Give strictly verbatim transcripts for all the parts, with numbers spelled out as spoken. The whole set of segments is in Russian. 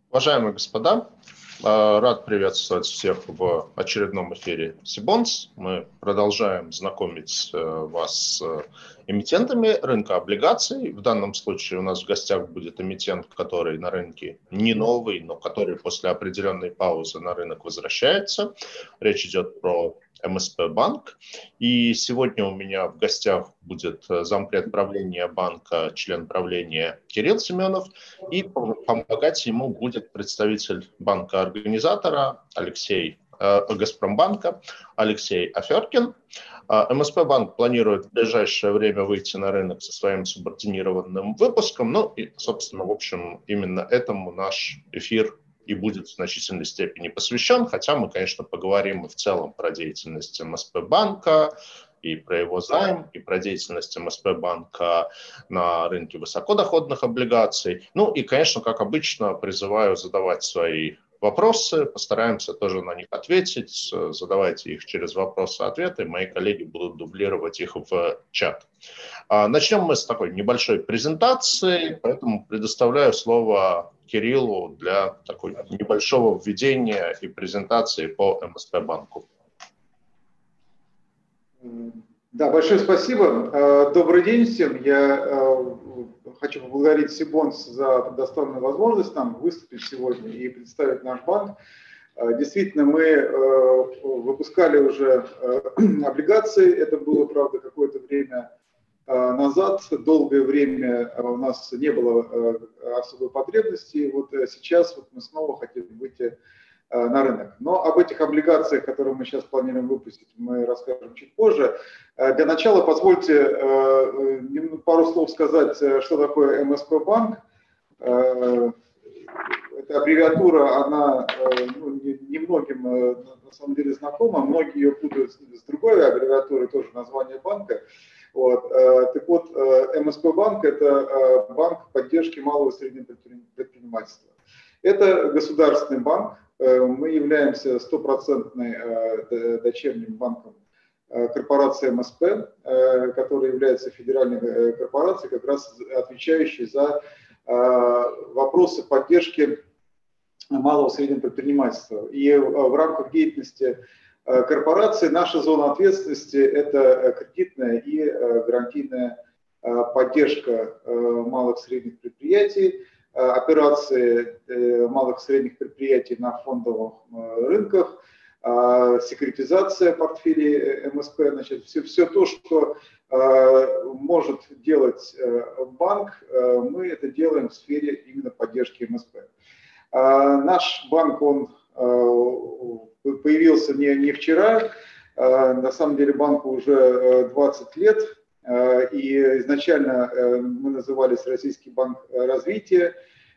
Уважаемые господа, рад приветствовать всех в очередном эфире Сибонс. Мы продолжаем знакомить вас с эмитентами рынка облигаций. В данном случае у нас в гостях будет эмитент, который на рынке не новый, но который после определенной паузы на рынок возвращается. Речь идет про эм эс пэ банк. И сегодня у меня в гостях будет зампред правления банка, член правления Кирилл Семенов, и помогать ему будет представитель банка-организатора Алексей э, Газпромбанка Алексей Аферкин. эм эс пэ банк планирует в ближайшее время выйти на рынок со своим субординированным выпуском. Ну и, собственно, в общем, именно этому наш эфир и будет в значительной степени посвящен, хотя мы, конечно, поговорим и в целом про деятельность эм эс пэ банка, и про его займ, и про деятельность эм эс пэ банка на рынке высокодоходных облигаций. Ну и, конечно, как обычно, призываю задавать свои вопросы, постараемся тоже на них ответить. Задавайте их через вопросы-ответы, мои коллеги будут дублировать их в чат. Начнем мы с такой небольшой презентации, поэтому предоставляю слово Кириллу для такой небольшого введения и презентации по эм эс пэ банку. Да, большое спасибо. Добрый день всем. Я хочу поблагодарить Сибонс за предоставленную возможность нам выступить сегодня и представить наш банк. Действительно, мы выпускали уже облигации. Это было, правда, какое-то время назад. Долгое время у нас не было особой потребности. Вот сейчас вот мы снова хотим выйти на рынок. Но об этих облигациях, которые мы сейчас планируем выпустить, мы расскажем чуть позже. Для начала позвольте пару слов сказать, что такое эм эс пэ банк. Эта аббревиатура, она ну, немногим на самом деле знакома, многие ее путают с другой аббревиатурой, тоже название банка. Вот. Так вот, эм эс пэ банк – это банк поддержки малого и среднего предпринимательства. Это государственный банк. Мы являемся стопроцентным дочерним банком корпорации эм эс пэ, которая является федеральной корпорацией, как раз отвечающей за вопросы поддержки малого и среднего предпринимательства. И в рамках деятельности корпорации наша зона ответственности – это кредитная и гарантийная поддержка малых и средних предприятий, операции малых и средних предприятий на фондовых рынках, секретизация портфелей эм эс пэ, значит, все, все то, что может делать банк, мы это делаем в сфере именно поддержки эм эс пэ. Наш банк, он появился не, не вчера, на самом деле банку уже двадцать лет, и изначально мы назывались Российский банк развития,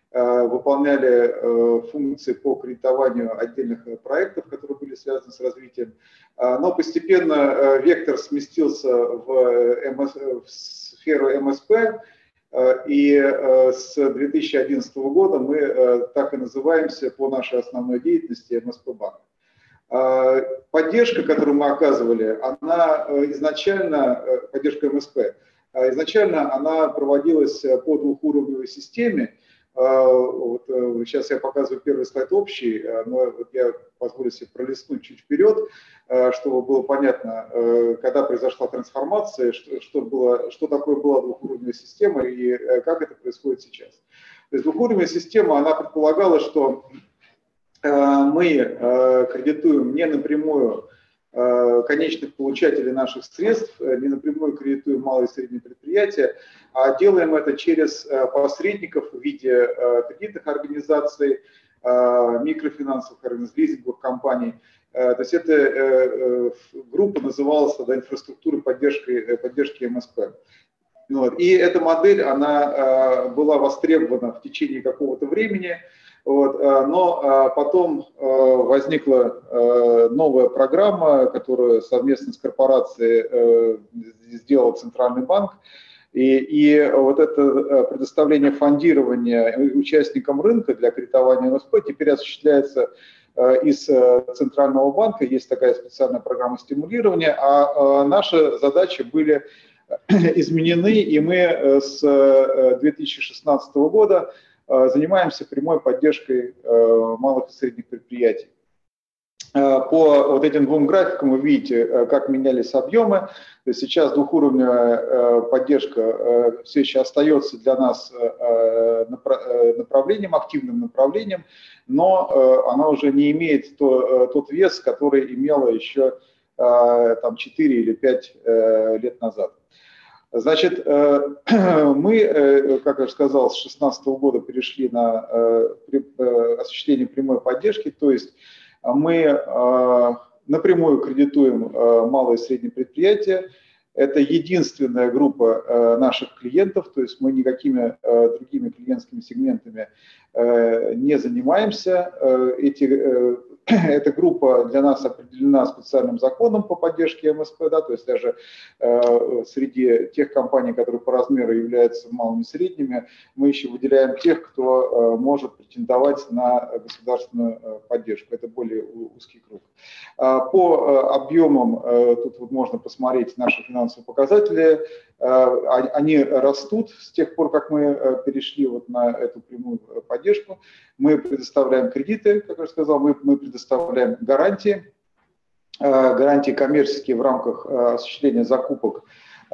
выполняли функции по кредитованию отдельных проектов, которые были связаны с развитием, но постепенно вектор сместился в, МС, в сферу эм эс пэ, и с две тысячи одиннадцатого года мы так и называемся по нашей основной деятельности эм эс пэ банк. Поддержка, которую мы оказывали, она изначально, поддержка эм эс пэ, изначально она проводилась по двухуровневой системе. Вот, сейчас я показываю первый слайд общий, но вот я позволю себе пролистнуть чуть вперед, чтобы было понятно, когда произошла трансформация, что, что, было, что такое была двухуровневая система и как это происходит сейчас. То есть двухуровневая система, она предполагала, что мы кредитуем не напрямую конечных получателей наших средств, не напрямую кредитуем малые и средние предприятия, а делаем это через посредников в виде кредитных организаций, микрофинансовых организаций, лизинговых компаний. То есть эта группа называлась тогда инфраструктурой поддержки, поддержки эм эс пэ. Вот. И эта модель, она была востребована в течение какого-то времени. Вот, но потом возникла новая программа, которую совместно с корпорацией сделал Центральный банк. И, и вот это предоставление фондирования участникам рынка для кредитования эм эс пэ теперь осуществляется из Центрального банка. Есть такая специальная программа стимулирования, а наши задачи были изменены, и мы с две тысячи шестнадцатого года занимаемся прямой поддержкой малых и средних предприятий. По вот этим двум графикам вы видите, как менялись объемы. То есть сейчас двухуровневая поддержка все еще остается для нас направлением, активным направлением, но она уже не имеет то, тот вес, который имела еще там, четыре или пять лет назад. Значит, мы, как я уже сказал, с две тысячи шестнадцатого года перешли на осуществление прямой поддержки, то есть мы напрямую кредитуем малые и средние предприятия. Это единственная группа наших клиентов, то есть мы никакими другими клиентскими сегментами не занимаемся. Эти, эта группа для нас определена специальным законом по поддержке эм эс пэ, да, то есть даже среди тех компаний, которые по размеру являются малыми и средними, мы еще выделяем тех, кто может претендовать на государственную поддержку. Это более узкий круг. По объемам, тут вот можно посмотреть наши финансовые показатели, они растут с тех пор, как мы перешли вот на эту прямую поддержку. Мы предоставляем кредиты, как я сказал, мы, мы предоставляем гарантии, гарантии коммерческие в рамках осуществления закупок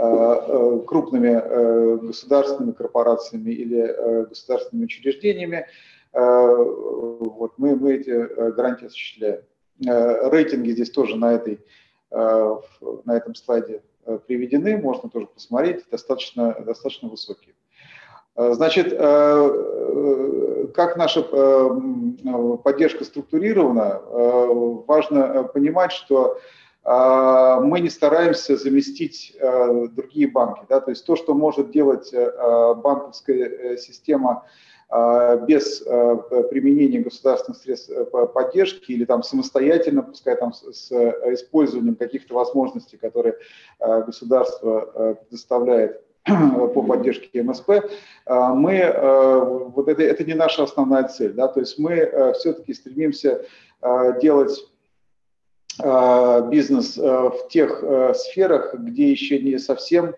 крупными государственными корпорациями или государственными учреждениями. Вот мы, мы эти гарантии осуществляем. Рейтинги здесь тоже на, этой, на этом слайде приведены, можно тоже посмотреть, достаточно, достаточно высокие. Значит, как наша поддержка структурирована, важно понимать, что мы не стараемся заместить другие банки. Да? То есть то, что может делать банковская система без применения государственных средств поддержки или там самостоятельно, пускай там с использованием каких-то возможностей, которые государство предоставляет по поддержке эм эс пэ, мы, вот это, это не наша основная цель, да, то есть мы все-таки стремимся делать бизнес в тех сферах, где еще не совсем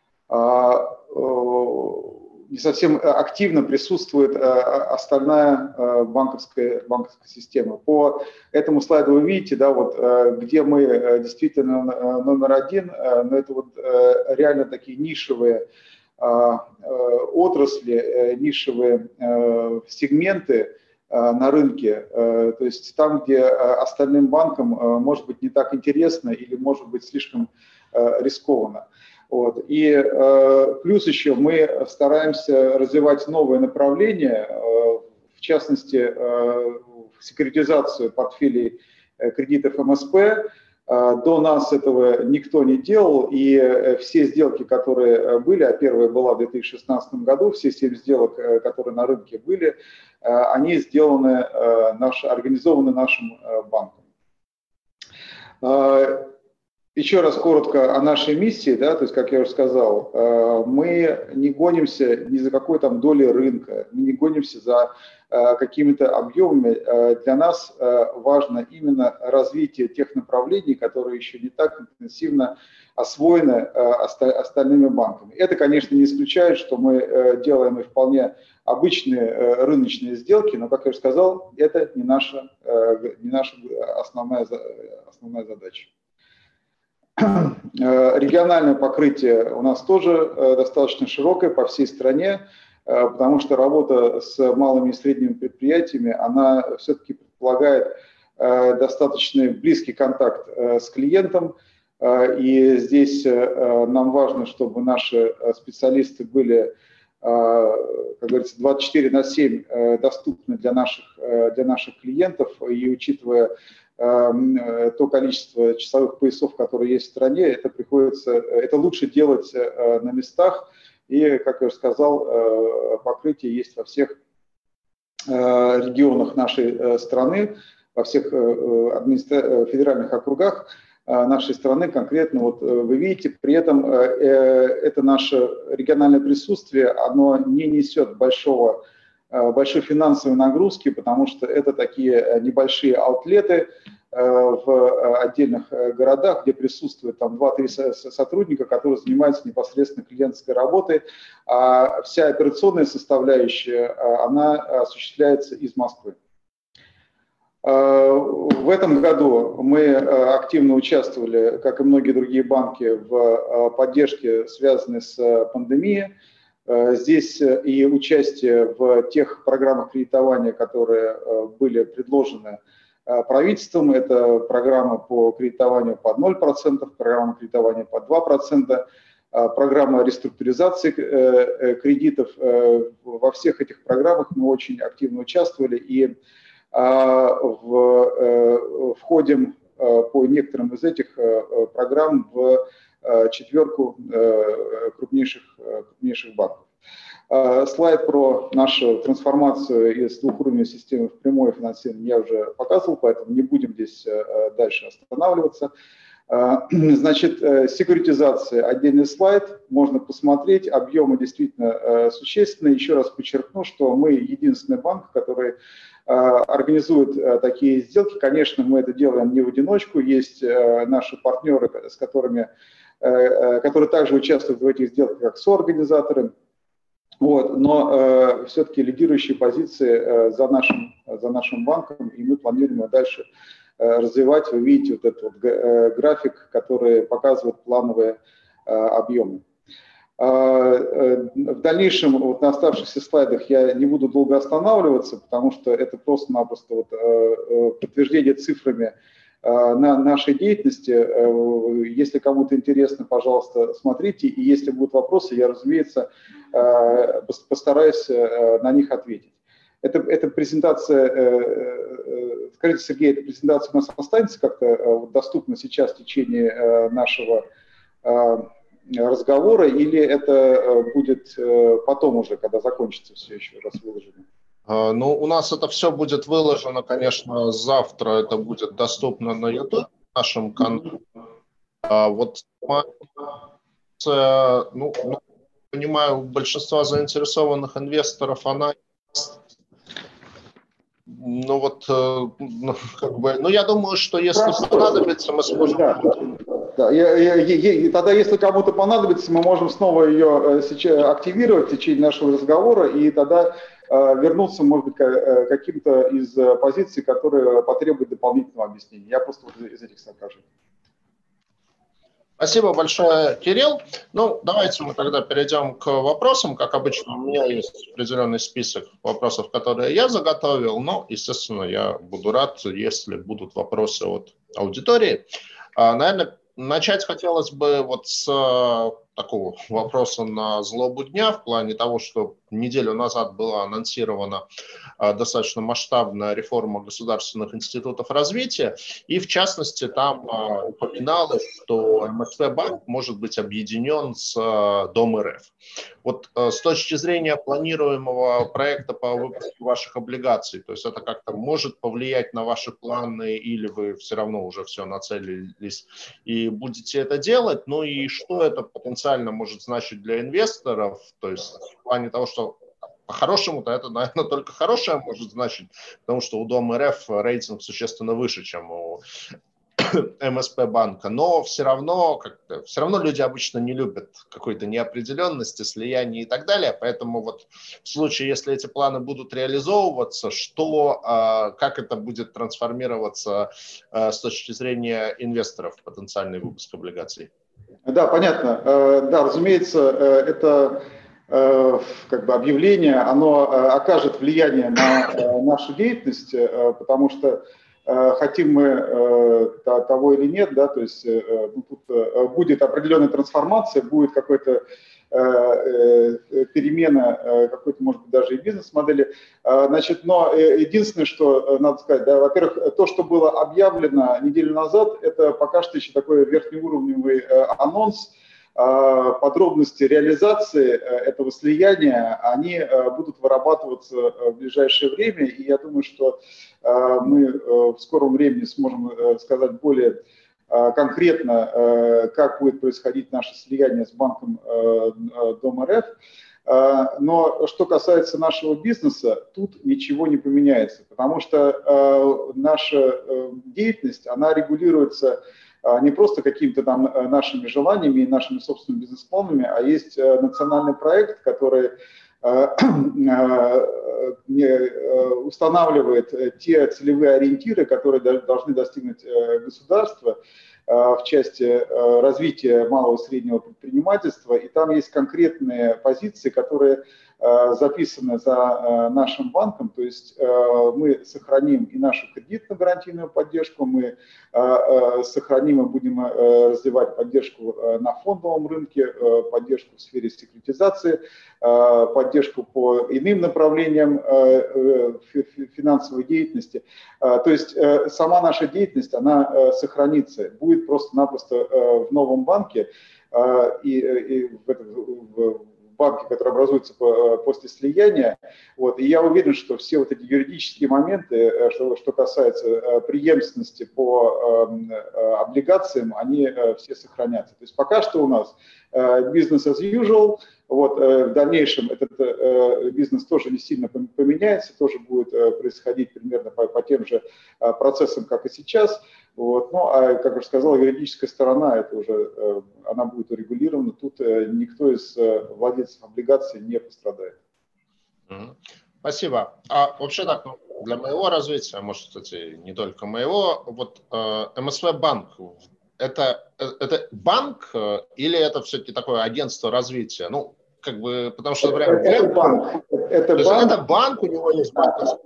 не совсем активно присутствует остальная банковская, банковская система. По этому слайду вы видите, да, вот, где мы действительно номер один, но это вот реально такие нишевые отрасли, нишевые сегменты на рынке, то есть там, где остальным банкам может быть не так интересно или может быть слишком рискованно. Вот. И э, плюс еще мы стараемся развивать новые направления, э, в частности, э, секьюритизацию портфелей э, кредитов эм эс пэ. Э, до нас этого никто не делал, и э, все сделки, которые были, а первая была в две тысячи шестнадцатом году, все семь сделок, э, которые на рынке были, э, они сделаны, э, наш, организованы нашим э, банком. Э, Еще раз коротко о нашей миссии, да, то есть, как я уже сказал, мы не гонимся ни за какой там долей рынка, мы не гонимся за какими-то объемами. Для нас важно именно развитие тех направлений, которые еще не так интенсивно освоены остальными банками. Это, конечно, не исключает, что мы делаем и вполне обычные рыночные сделки, но, как я уже сказал, это не наша, не наша основная, основная задача. Региональное покрытие у нас тоже достаточно широкое по всей стране, потому что работа с малыми и средними предприятиями, она все-таки предполагает достаточно близкий контакт с клиентом, и здесь нам важно, чтобы наши специалисты были, как говорится, двадцать четыре на семь доступны для наших, для наших клиентов, и учитывая то количество часовых поясов, которые есть в стране, это приходится, это лучше делать на местах. И, как я уже сказал, покрытие есть во всех регионах нашей страны, во всех администра... федеральных округах нашей страны конкретно. Вот вы видите, при этом это наше региональное присутствие, оно не несет большого большой финансовой нагрузки, потому что это такие небольшие аутлеты, в отдельных городах, где присутствует там два-три сотрудника, которые занимаются непосредственно клиентской работой, а вся операционная составляющая, она осуществляется из Москвы. В этом году мы активно участвовали, как и многие другие банки, в поддержке, связанной с пандемией. Здесь и участие в тех программах кредитования, которые были предложены правительством. Это программа по кредитованию под ноль процентов, программа кредитования под два процента, программа реструктуризации кредитов. Во всех этих программах мы очень активно участвовали и входим по некоторым из этих программ в четверку крупнейших, крупнейших банков. Слайд про нашу трансформацию из двухуровневой системы в прямое финансирование я уже показывал, поэтому не будем здесь дальше останавливаться. Значит, секьюритизация, отдельный слайд, можно посмотреть, объемы действительно существенные. Еще раз подчеркну, что мы единственный банк, который организует такие сделки. Конечно, мы это делаем не в одиночку, есть наши партнеры, с которыми, которые также участвуют в этих сделках как соорганизаторы. Вот, но э, все-таки лидирующие позиции э, за, нашим, за нашим банком, и мы планируем дальше э, развивать. Вы видите вот этот вот график, который показывает плановые э, объемы. Э, э, в дальнейшем, вот на оставшихся слайдах я не буду долго останавливаться, потому что это просто-напросто вот, э, подтверждение цифрами на нашей деятельности. Если кому-то интересно, пожалуйста, смотрите. И если будут вопросы, я, разумеется, постараюсь на них ответить. Это, эта презентация, скажите, Сергей, эта презентация у нас останется как-то доступна сейчас в течение нашего разговора, или это будет потом уже, когда закончится все, еще раз выложено? Ну, у нас это все будет выложено, конечно, завтра это будет доступно на YouTube, на нашем канале. А вот, ну, ну, понимаю, у большинства заинтересованных инвесторов она, ну вот, ну, как бы, ну, я думаю, что если понадобится, мы сможем... Да. Да, я, я, я, тогда, если кому-то понадобится, мы можем снова ее сейчас активировать в течение нашего разговора и тогда э, вернуться, может быть, к каким-то из позиций, которые потребуют дополнительного объяснения. Я просто вот из этих соображений. Спасибо большое, Кирилл. Ну, давайте мы тогда перейдем к вопросам. Как обычно, у меня есть определенный список вопросов, которые я заготовил, но, естественно, я буду рад, если будут вопросы от аудитории. А, наверное, начать хотелось бы вот с такого вопроса на злобу дня, в плане того, что неделю назад была анонсирована достаточно масштабная реформа государственных институтов развития, и в частности там упоминалось, что эм эс пэ-банк может быть объединен с Дом.РФ. Вот с точки зрения планируемого проекта по выпуску ваших облигаций, то есть это как-то может повлиять на ваши планы, или вы все равно уже все нацелились и будете это делать, ну и что это потенциально может значить для инвесторов, то есть в плане того, что по-хорошему-то это, наверное, только хорошее может значить, потому что у Дом.РФ рейтинг существенно выше, чем у эм эс пэ-банка, но все равно, как-то, все равно люди обычно не любят какой-то неопределенности, слияния и так далее, поэтому вот в случае, если эти планы будут реализовываться, что, как это будет трансформироваться с точки зрения инвесторов в потенциальный выпуск облигаций? Да, понятно. Да, разумеется, это как бы объявление, оно окажет влияние на нашу деятельность, потому что хотим мы того или нет, да, то есть ну, тут будет определенная трансформация, будет какой-то перемена какой-то, может быть, даже и бизнес-модели. Значит, но единственное, что надо сказать, да, во-первых, то, что было объявлено неделю назад, это пока что еще такой верхнеуровневый анонс. Подробности реализации этого слияния, они будут вырабатываться в ближайшее время, и я думаю, что мы в скором времени сможем сказать более конкретно, как будет происходить наше слияние с банком Дом.РФ. Но что касается нашего бизнеса, тут ничего не поменяется, потому что наша деятельность, она регулируется не просто какими-то там нашими желаниями и нашими собственными бизнес-планами, а есть национальный проект, который устанавливает те целевые ориентиры, которые должны достигнуть государства в части развития малого и среднего предпринимательства, и там есть конкретные позиции, которые записаны за нашим банком, то есть мы сохраним и нашу кредитно-гарантийную поддержку, мы сохраним и будем развивать поддержку на фондовом рынке, поддержку в сфере секьюритизации, поддержку по иным направлениям финансовой деятельности. То есть сама наша деятельность, она сохранится, будет просто-напросто в новом банке и, и в, в банке, который образуется после слияния. Вот. И я уверен, что все вот эти юридические моменты, что, что касается преемственности по э, облигациям, они э, все сохранятся. То есть пока что у нас э, business as usual. Вот, э, в дальнейшем этот э, бизнес тоже не сильно поменяется, тоже будет э, происходить примерно по, по тем же э, процессам, как и сейчас. Вот. Ну, а, как уже сказал, юридическая сторона, это уже, э, она будет урегулирована. Тут э, никто из э, владельцев облигаций не пострадает. Спасибо. А вообще так, для моего развития, а может, кстати, не только моего, вот э, эм эс вэ банк, это, это банк э, или это все-таки такое агентство развития? Ну, как бы, потому что, например, это, это банк. Это банк. это банк, у него есть банковский.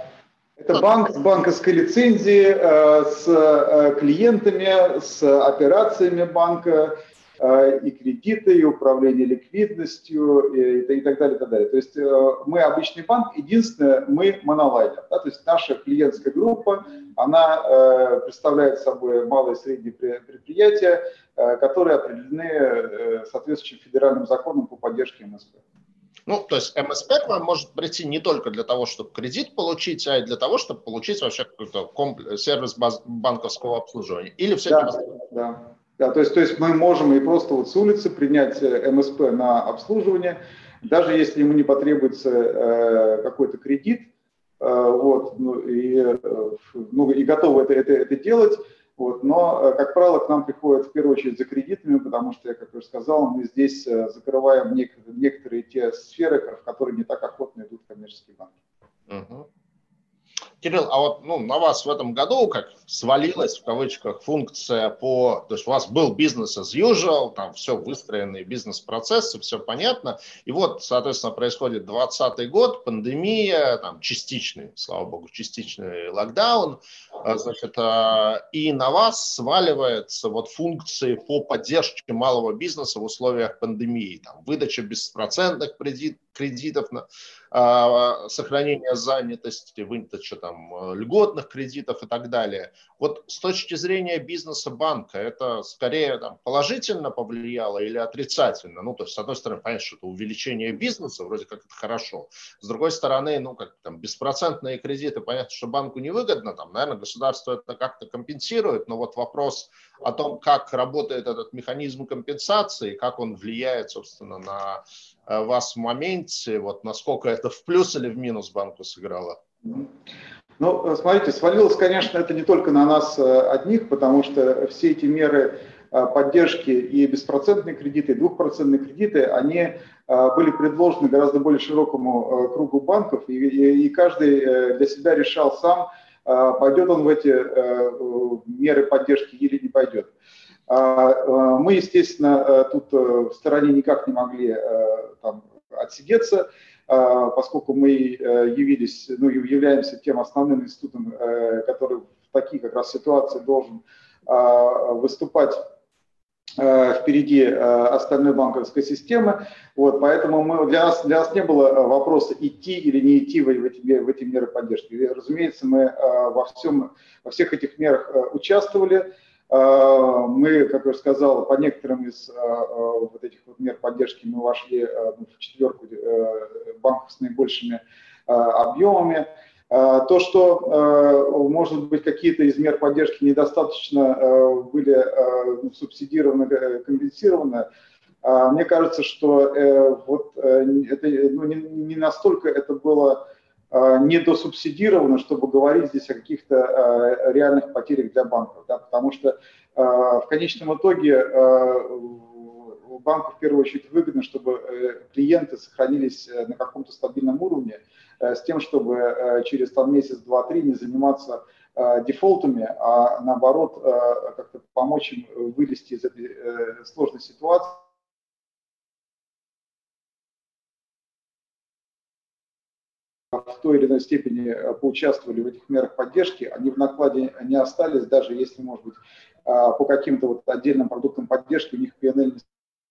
Это банк с банковской лицензией, э, с э, клиентами, с операциями банка, э, и кредиты, и управление ликвидностью, и, и так далее, и так далее. То есть э, мы обычный банк, единственное, мы монолайнер. Да? То есть наша клиентская группа, она э, представляет собой малые и средние предприятия, э, которые определены э, соответствующим федеральным законом по поддержке эм эс пэ. Ну, то есть эм эс пэ к вам может прийти не только для того, чтобы кредит получить, а и для того, чтобы получить вообще какой-то комплекс, сервис банковского обслуживания. Или все да, да, да, то есть, то есть мы можем и просто вот с улицы принять эм эс пэ на обслуживание, даже если ему не потребуется э, какой-то кредит, э, вот, ну, и, э, ну, и готовы это, это, это делать. Вот, но, как правило, к нам приходят в первую очередь за кредитами, потому что, я как уже сказал, мы здесь закрываем некоторые, некоторые те сферы, в которые не так охотно идут коммерческие банки. Угу. Кирилл, а вот ну, на вас в этом году как свалилась в кавычках функция по... То есть у вас был бизнес as usual, там все выстроенные бизнес-процессы, все понятно. И вот, соответственно, происходит двадцатый год, пандемия, там частичный, слава богу, частичный локдаун. Значит, и на вас сваливаются вот функции по поддержке малого бизнеса в условиях пандемии. Там, выдача беспроцентных кредит, кредитов на сохранение занятости, выдача там льготных кредитов и так далее. Вот с точки зрения бизнеса банка это скорее там, положительно повлияло или отрицательно? Ну, то есть, с одной стороны, понятно, что это увеличение бизнеса, вроде как это хорошо. С другой стороны, ну, как там беспроцентные кредиты, понятно, что банку невыгодно, там, наверное, государство это как-то компенсирует, но вот вопрос о том, как работает этот механизм компенсации, как он влияет, собственно, на вас в моменте, вот насколько это в плюс или в минус банку сыграло? Ну, смотрите, свалилось, конечно, это не только на нас одних, потому что все эти меры поддержки и беспроцентные кредиты, и двухпроцентные кредиты, они были предложены гораздо более широкому кругу банков, и, и, и каждый для себя решал сам, пойдет он в эти меры поддержки или не пойдет. Мы, естественно, тут в стороне никак не могли там, отсидеться, поскольку мы явились, ну, являемся тем основным институтом, который в такие как раз ситуации должен выступать впереди остальной банковской системы. Вот, поэтому мы, для, нас, для нас не было вопроса, идти или не идти в эти, в эти меры поддержки. И, разумеется, мы во, всем, во всех этих мерах участвовали. Мы, как я уже сказал, по некоторым из вот этих вот мер поддержки мы вошли в четверку банков с наибольшими объемами. То, что, может быть, какие-то из мер поддержки недостаточно были субсидированы, компенсированы, Мне кажется, что вот это, ну, не настолько это было недосубсидировано, чтобы говорить здесь о каких-то реальных потерях для банков, да, потому что в конечном итоге банку в первую очередь выгодно, чтобы клиенты сохранились на каком-то стабильном уровне, с тем, чтобы через там, месяц, два, три не заниматься дефолтами, а наоборот как-то помочь им вылезти из этой сложной ситуации. В той или иной степени поучаствовали в этих мерах поддержки, они в накладе не остались, даже если, может быть, по каким-то вот отдельным продуктам поддержки у них пи эн эл не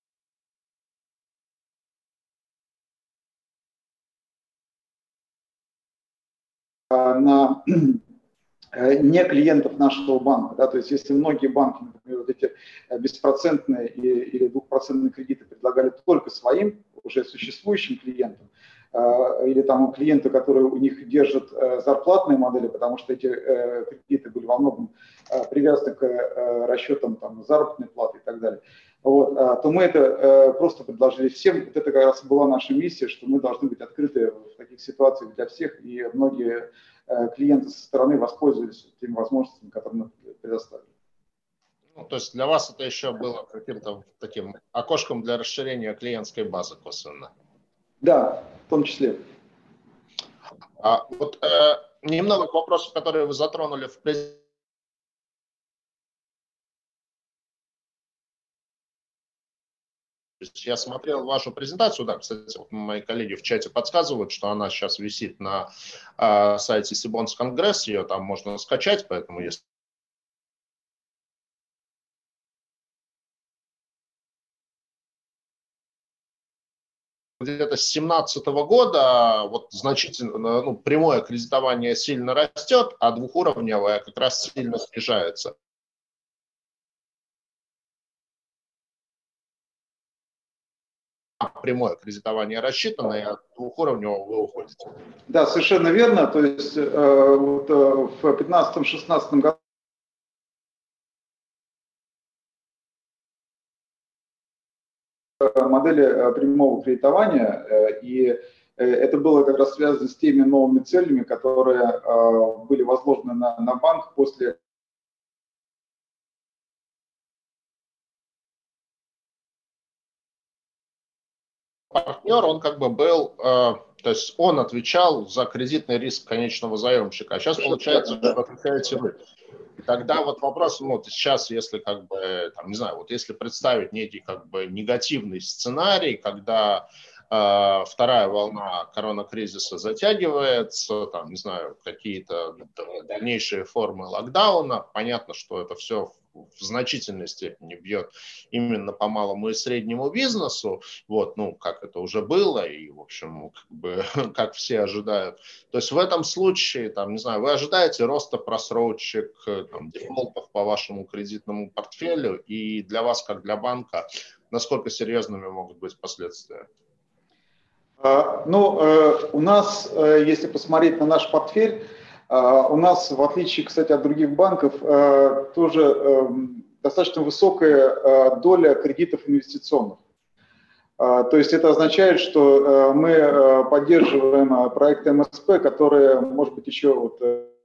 на не клиентов нашего банка, да, то есть если многие банки, например, вот эти беспроцентные или двухпроцентные кредиты предлагали только своим уже существующим клиентам, или там клиенты, которые у них держат зарплатные модели, потому что эти кредиты были во многом привязаны к расчетам там, заработной платы и так далее, вот, то мы это просто предложили всем. Вот это как раз была наша миссия, что мы должны быть открыты в таких ситуациях для всех, и многие клиенты со стороны воспользовались теми возможностями, которые мы предоставили. Ну, то есть для вас это еще было каким-то таким окошком для расширения клиентской базы косвенно? Да, в том числе. А, вот э, немного к вопросу, которые вы затронули в презентации. Я смотрел вашу презентацию, да, кстати, вот мои коллеги в чате подсказывают, что она сейчас висит на э, сайте Сибонс Конгресс, ее там можно скачать, поэтому если где-то с две тысячи семнадцатого года вот значительно, ну, прямое кредитование сильно растет, а двухуровневое как раз сильно снижается. Прямое кредитование рассчитано, и от двухуровневого вы уходите. Да, совершенно верно. То есть э, вот, э, в пятнадцатом-шестнадцатом году модели прямого кредитования, и это было как раз связано с теми новыми целями, которые были возложены на, на банк после партнер, он как бы был, э, то есть он отвечал за кредитный риск конечного заемщика, а сейчас получается, что отвечаете вы. И тогда вот вопрос, ну, вот сейчас, если как бы, там, не знаю, вот если представить некий как бы негативный сценарий, когда э, вторая волна коронакризиса затягивается, там, не знаю, какие-то дальнейшие формы локдауна, понятно, что это все в значительной степени бьет именно по малому и среднему бизнесу, вот, ну, как это уже было, и, в общем, как бы, как все ожидают. То есть в этом случае, там, не знаю, вы ожидаете роста просрочек, там, дефолтов по вашему кредитному портфелю, и для вас, как для банка, насколько серьезными могут быть последствия? Ну, у нас, если посмотреть на наш портфель, у нас, в отличие, кстати, от других банков, тоже достаточно высокая доля кредитов инвестиционных. То есть это означает, что мы поддерживаем проекты эм эс пэ, которые, может быть, еще вот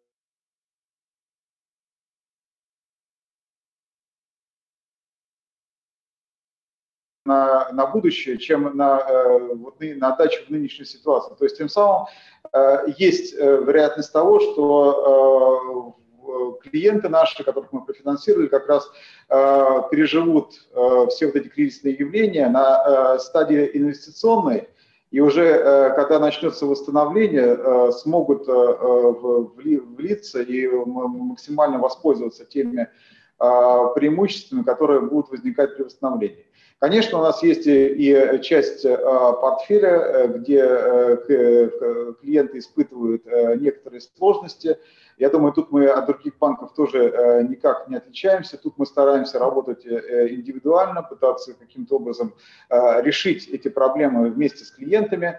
На, на будущее, чем на, вот, на отдачу в нынешнюю ситуацию. То есть тем самым есть вероятность того, что клиенты наши, которых мы профинансировали, как раз переживут все вот эти кризисные явления на стадии инвестиционной, и уже когда начнется восстановление, смогут влиться и максимально воспользоваться теми преимуществами, которые будут возникать при восстановлении. Конечно, у нас есть и часть портфеля, где клиенты испытывают некоторые сложности. Я думаю, тут мы от других банков тоже никак не отличаемся. Тут мы стараемся работать индивидуально, пытаться каким-то образом решить эти проблемы вместе с клиентами,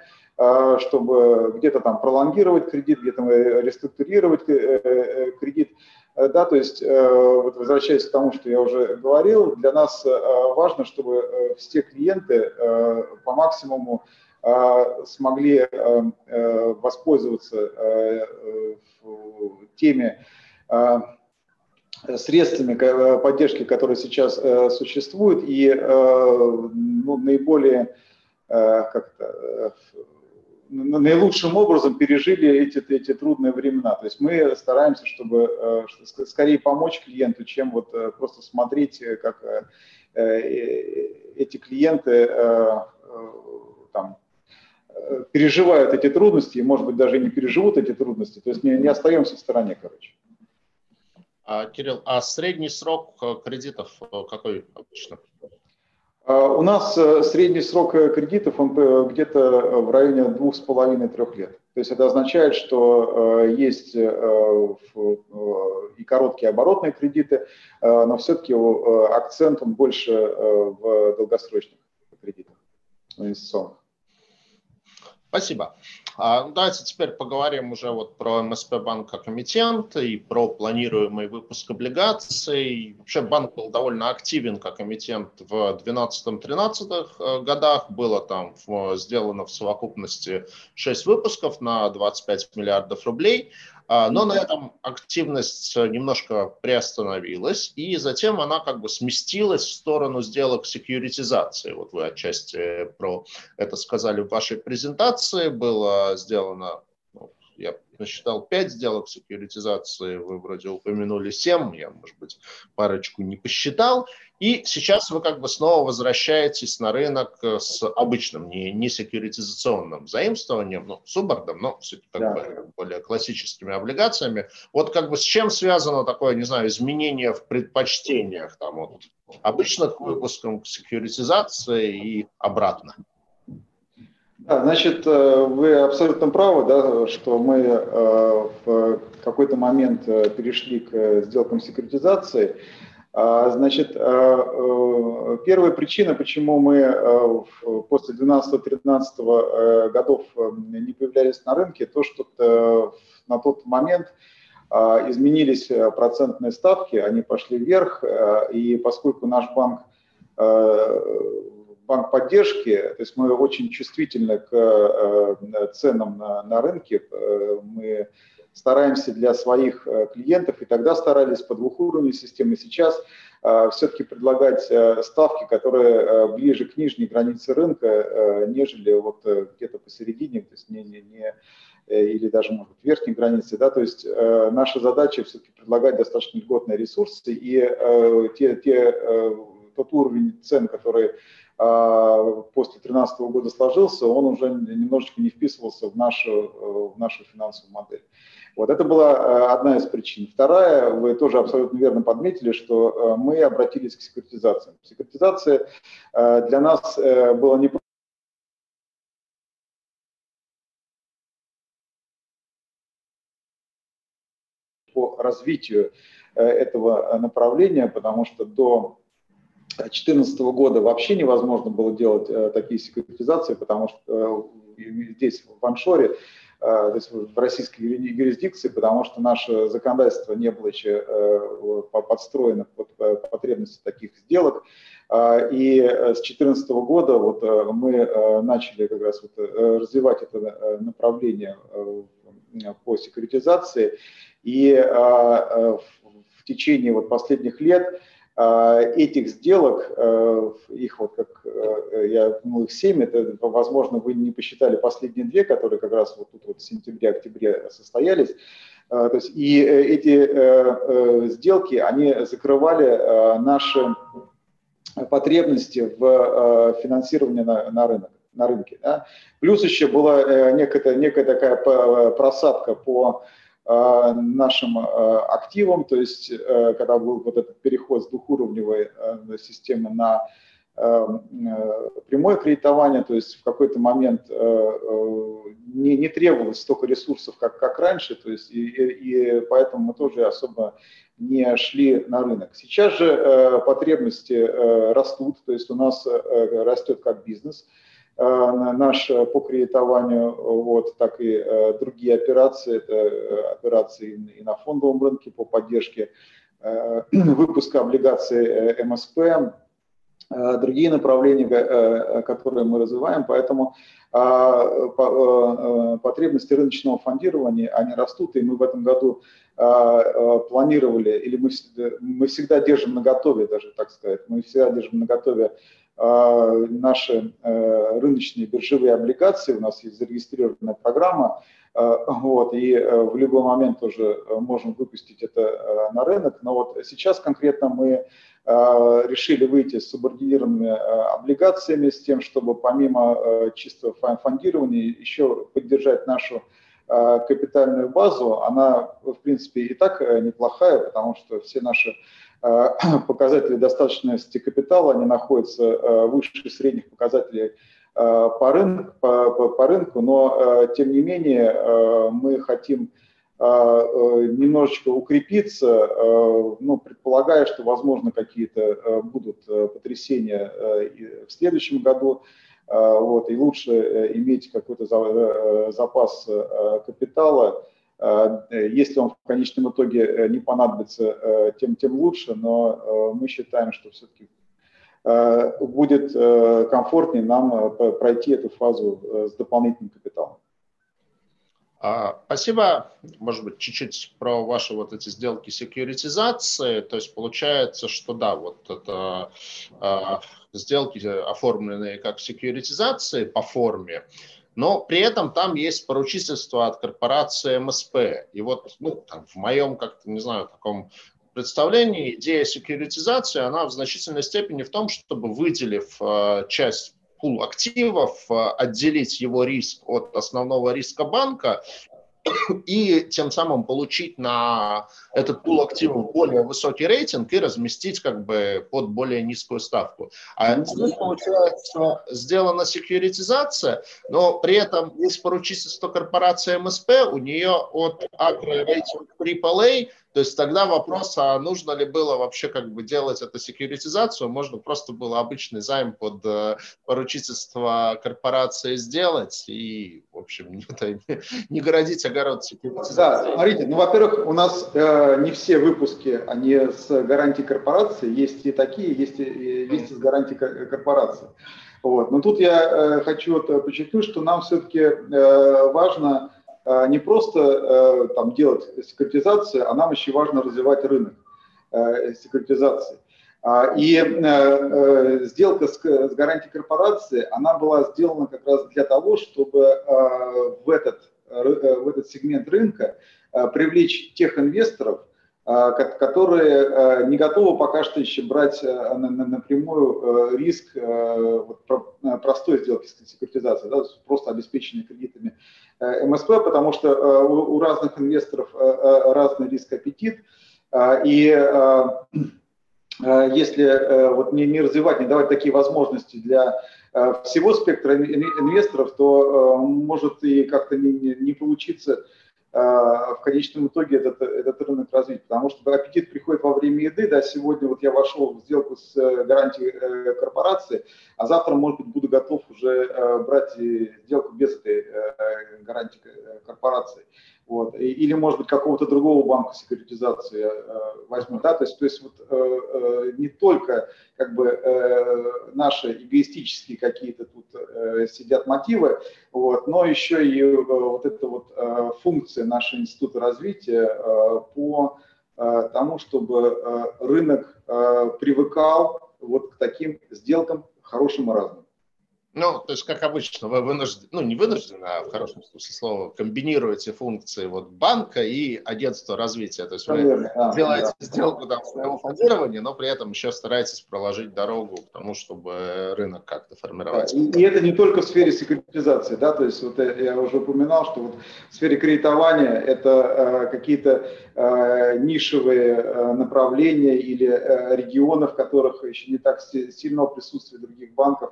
чтобы где-то там пролонгировать кредит, где-то реструктурировать кредит. Да, то есть, вот возвращаясь к тому, что я уже говорил, для нас важно, чтобы все клиенты по максимуму смогли воспользоваться теми средствами поддержки, которые сейчас существуют, и ну, наиболее как-то наилучшим образом пережили эти, эти трудные времена. То есть мы стараемся, чтобы скорее помочь клиенту, чем вот просто смотреть, как эти клиенты там, переживают эти трудности, и, может быть, даже не переживут эти трудности. То есть не, не остаемся в стороне, короче. А, Кирилл, а средний срок кредитов какой обычно? У нас средний срок кредитов, он где-то в районе двух с половиной-трех лет. То есть это означает, что есть и короткие оборотные кредиты, но все-таки акцент он больше в долгосрочных кредитах, инвестиционных. Спасибо. Давайте теперь поговорим уже вот про эм эс пэ-банк как эмитент и про планируемый выпуск облигаций. Вообще банк был довольно активен как эмитент в двенадцатом-тринадцатых годах. Было там сделано в совокупности шесть выпусков на двадцать пять миллиардов рублей. Но на этом активность немножко приостановилась, и затем она как бы сместилась в сторону сделок секьюритизации. Вот вы отчасти про это сказали в вашей презентации. Было сделано, ну, я насчитал пять сделок секьюритизации, вы вроде упомянули семь, я, может быть, парочку не посчитал. И сейчас вы как бы снова возвращаетесь на рынок с обычным, не, не секьюритизационным заимствованием, ну, субордом, но все-таки как да. бы более классическими облигациями. Вот как бы с чем связано такое, не знаю, изменение в предпочтениях там, вот, обычных выпусков секьюритизации и обратно? Да, значит, вы абсолютно правы, да, что мы в какой-то момент перешли к сделкам секьюритизации. Значит, первая причина, почему мы после двенадцатого-тринадцатого годов не появлялись на рынке, то, что на тот момент изменились процентные ставки, они пошли вверх, и поскольку наш банк банк поддержки, то есть мы очень чувствительны к ценам на, на рынке, мы стараемся для своих клиентов, и тогда старались по двухуровневой системе, сейчас все-таки предлагать ставки, которые ближе к нижней границе рынка, нежели вот где-то посередине, то есть не, не, не или даже, может быть, верхней границы, да, то есть э, наша задача все-таки предлагать достаточно льготные ресурсы, и э, те, те, э, тот уровень цен, который э, после две тысячи тринадцатого года сложился, он уже немножечко не вписывался в нашу, э, в нашу финансовую модель. Вот это была э, одна из причин. Вторая, вы тоже абсолютно верно подметили, что э, мы обратились к секьюритизациям. Секьюритизация э, для нас э, была не по развитию этого направления, потому что до две тысячи четырнадцатого года вообще невозможно было делать такие секьюритизации, потому что здесь, в аншоре, то есть в российской юрисдикции, потому что наше законодательство не было еще подстроено под потребности таких сделок. И с две тысячи четырнадцатого года вот мы начали как раз вот развивать это направление по секьюритизации. И э, в течение вот последних лет э, этих сделок, э, их вот как э, я упомянул, их семь, это, возможно, вы не посчитали последние две, которые как раз вот тут вот в сентябре-октябре состоялись. Э, то есть, и эти э, э, сделки, они закрывали э, наши потребности в э, финансировании на, на рынок. На рынке, да? Плюс еще была э, некая, некая такая просадка по нашим активам, то есть когда был вот этот переход с двухуровневой системы на прямое кредитование, то есть в какой-то момент не, не требовалось столько ресурсов, как, как раньше, то есть и, и поэтому мы тоже особо не шли на рынок. Сейчас же потребности растут, то есть у нас растет как бизнес. наш по кредитованию, вот, так и другие операции, это операции и на фондовом рынке по поддержке выпуска облигаций эм эс пэ, другие направления, которые мы развиваем, поэтому потребности рыночного фондирования, они растут, и мы в этом году планировали, или мы, мы всегда держим наготове, даже так сказать, мы всегда держим наготове наши рыночные биржевые облигации, у нас есть зарегистрированная программа, вот, и в любой момент тоже можем выпустить это на рынок, но вот сейчас конкретно мы решили выйти с субординированными облигациями с тем, чтобы помимо чистого фондирования еще поддержать нашу капитальную базу. Она, в принципе, и так неплохая, потому что все наши показатели достаточности капитала, они находятся выше средних показателей по рынку, по, по, по рынку, но тем не менее мы хотим немножечко укрепиться, ну, предполагая, что, возможно, какие-то будут потрясения в следующем году, вот, и лучше иметь какой-то запас капитала. Если он в конечном итоге не понадобится, тем, тем лучше, но мы считаем, что все-таки будет комфортнее нам пройти эту фазу с дополнительным капиталом. Спасибо. Может быть, чуть-чуть про ваши вот эти сделки секьюритизации. То есть получается, что да, вот это э, сделки, оформленные как секьюритизации по форме, но при этом там есть поручительство от корпорации эм эс пэ. И вот ну, там, в моем, как-то, не знаю, таком представлении, идея секьюритизации, она в значительной степени в том, чтобы, выделив э, часть пул активов, отделить его риск от основного риска банка и тем самым получить на этот пул активов более высокий рейтинг и разместить как бы под более низкую ставку. А здесь, получается, сделана секьюритизация, но при этом есть поручительство корпорации эм эс пэ, у нее от Акры рейтинг трипл эй, то есть тогда вопрос, а нужно ли было вообще как бы делать эту секьюритизацию, можно просто было обычный займ под э, поручительство корпорации сделать и, в общем, не, не, не городить огород секьюритизации. Да, смотрите, ну, во-первых, у нас э, не все выпуски, они с гарантией корпорации, есть и такие, есть и, есть и с гарантией корпорации. Вот. Но тут я э, хочу вот подчеркнуть, что нам все-таки э, важно не просто э, там, делать секьюритизацию, а нам еще важно развивать рынок э, секьюритизации. И э, э, сделка с, с гарантией корпорации, она была сделана как раз для того, чтобы э, в, этот, э, в этот сегмент рынка э, привлечь тех инвесторов, э, которые э, не готовы пока что еще брать э, на, на, напрямую э, риск э, вот, про, простой сделки с секьюритизацией, да, просто обеспечения кредитами эм эс пэ, потому что э, у, у разных инвесторов э, разный риск-аппетит, э, и э, э, если э, вот не, не развивать, не давать такие возможности для э, всего спектра инвесторов, то э, может и как-то не, не, не получиться э, в конечном итоге этот, этот рынок развить, потому что аппетит приходит во время еды, да, сегодня вот я вошел в сделку с э, гарантией э, корпорации, а завтра, может быть, буду готов уже э, брать сделку без этой э, гарантии корпорации. Вот. Или, может быть, какого-то другого банка секьюритизации э, возьму. Да? То есть, то есть вот, э, э, не только как бы, э, наши эгоистические какие-то тут э, сидят мотивы, вот, но еще и э, вот эта вот э, функция нашего института развития э, по э, тому, чтобы э, рынок э, привыкал вот к таким сделкам хорошим и разным. Ну, то есть, как обычно, вы вынуждены, ну, не вынуждены, а в хорошем смысле слова, комбинируете функции вот банка и агентства развития. То есть вы да, делаете да. сделку там своего фондирования, но при этом еще стараетесь проложить дорогу к тому, чтобы рынок как-то формировался. Да, и, и это не только в сфере секьюритизации, да, то есть вот я уже упоминал, что вот в сфере кредитования это э, какие-то э, нишевые э, направления или э, регионы, в которых еще не так сильно присутствие других банков.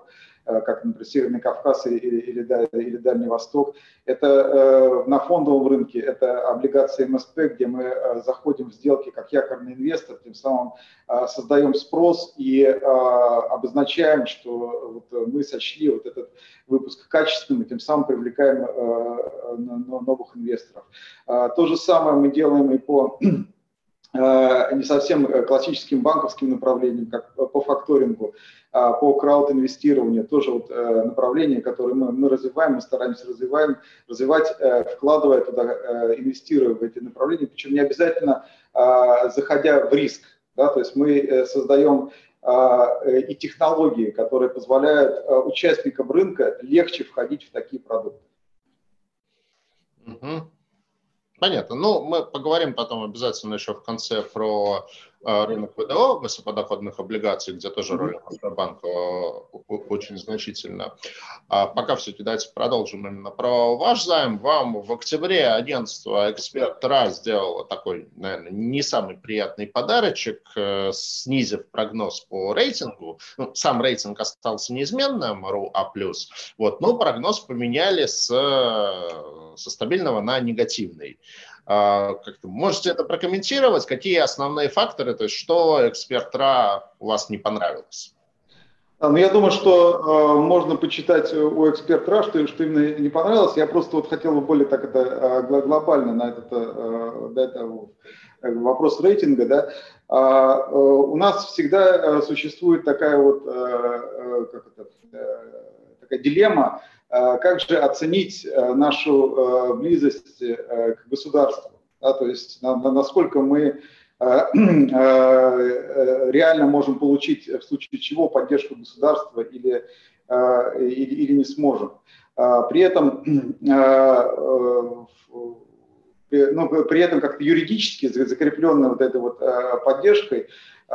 как, например, Северный Кавказ или, или, или Дальний Восток. Это на фондовом рынке, это облигации эм эс пэ, где мы заходим в сделки как якорный инвестор, тем самым создаем спрос и обозначаем, что вот мы сочли вот этот выпуск качественным, и тем самым привлекаем новых инвесторов. То же самое мы делаем и по не совсем классическим банковским направлениям, как по факторингу, по крауд-инвестированию, тоже вот направление, которое мы, мы развиваем, мы стараемся развиваем, развивать, вкладывая туда, инвестируя в эти направления, причем не обязательно заходя в риск, да, то есть мы создаем и технологии, которые позволяют участникам рынка легче входить в такие продукты. Угу. Понятно. Ну, мы поговорим потом обязательно еще в конце про э, рынок вэ дэ о, высокодоходных облигаций, где тоже роль банка э, очень значительна. А пока все-таки давайте продолжим именно про ваш займ. Вам в октябре агентство «Эксперт РА» сделало такой, наверное, не самый приятный подарочек, э, снизив прогноз по рейтингу. Ну, сам рейтинг остался неизменным, эр эй плюс, вот, но прогноз поменяли с, со стабильного на негативный. Как-то можете это прокомментировать? Какие основные факторы, то есть что «Эксперт РА» у вас не понравилось? Ну, я думаю, что э, можно почитать у «Эксперт РА», что, что именно не понравилось. Я просто вот хотел бы более так это глобально на этот э, да, это, вопрос рейтинга. Да. А, э, у нас всегда существует такая вот э, как это, э, такая дилемма, э, как же оценить нашу э, близость э, к государству. Да, то есть на, на, насколько мы реально можем получить в случае чего поддержку государства или, или, или не сможем. При этом, ну, при этом как-то юридически закрепленной вот этой вот поддержкой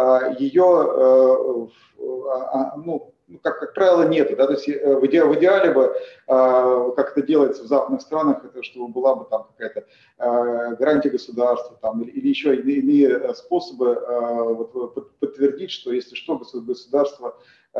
ее, ну, как, как правило, нет. Да? То есть в идеале, в идеале бы, как это делается в западных странах, это чтобы была бы там какая-то гарантия государства там, или, или еще иные способы вот, подтвердить, что если что, государство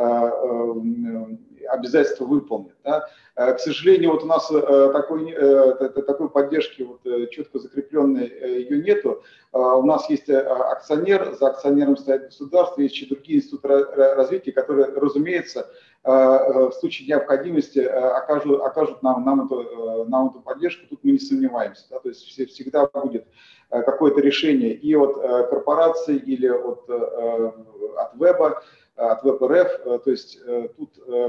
обязательства выполнит. Да? К сожалению, вот у нас такой, такой поддержки вот, четко закрепленной ее нету. У нас есть акционер, за акционером стоит государство, есть еще другие институты развития, которые, разумеется, в случае необходимости окажут, окажут нам, нам, эту, нам эту поддержку, тут мы не сомневаемся. Да? То есть всегда будет какое-то решение и от корпораций, или от, от веба, от веб эр эф. То есть тут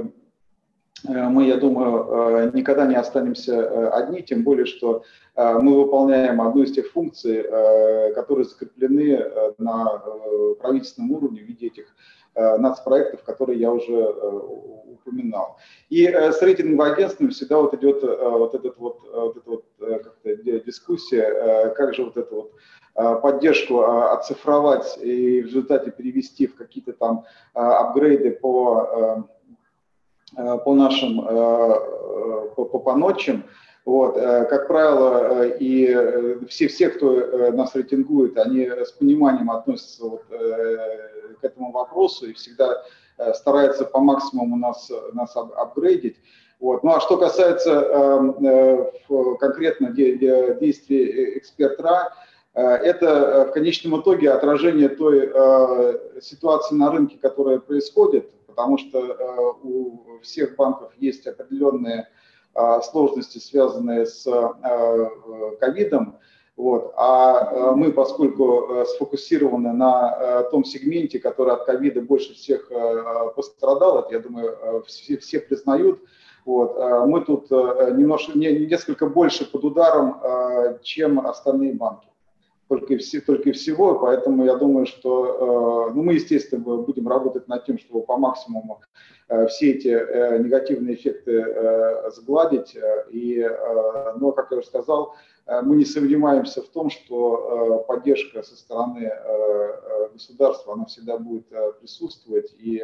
мы, я думаю, никогда не останемся одни, тем более, что мы выполняем одну из тех функций, которые закреплены на правительственном уровне в виде этих нацпроектов, которые я уже упоминал. И с рейтинговым агентством всегда вот идет вот этот вот, вот, эта вот как-то дискуссия, как же вот эту вот поддержку оцифровать и в результате перевести в какие-то там апгрейды по по нашим, по, по, по ночам. Вот. Как правило, и все, все, кто нас рейтингует, они с пониманием относятся вот к этому вопросу и всегда стараются по максимуму нас, нас апгрейдить. Вот. Ну а что касается конкретно действий «Эксперт РА», это в конечном итоге отражение той ситуации на рынке, которая происходит, потому что у всех банков есть определенные сложности, связанные с ковидом, вот, а мы, поскольку сфокусированы на том сегменте, который от ковида больше всех пострадал, это, я думаю, все, все признают, вот, мы тут немножко, несколько больше под ударом, чем остальные банки. Только и, все, только и всего, поэтому я думаю, что ну, мы, естественно, будем работать над тем, чтобы по максимуму все эти негативные эффекты сгладить. И, но, как я уже сказал, мы не сомневаемся в том, что поддержка со стороны государства, она всегда будет присутствовать, и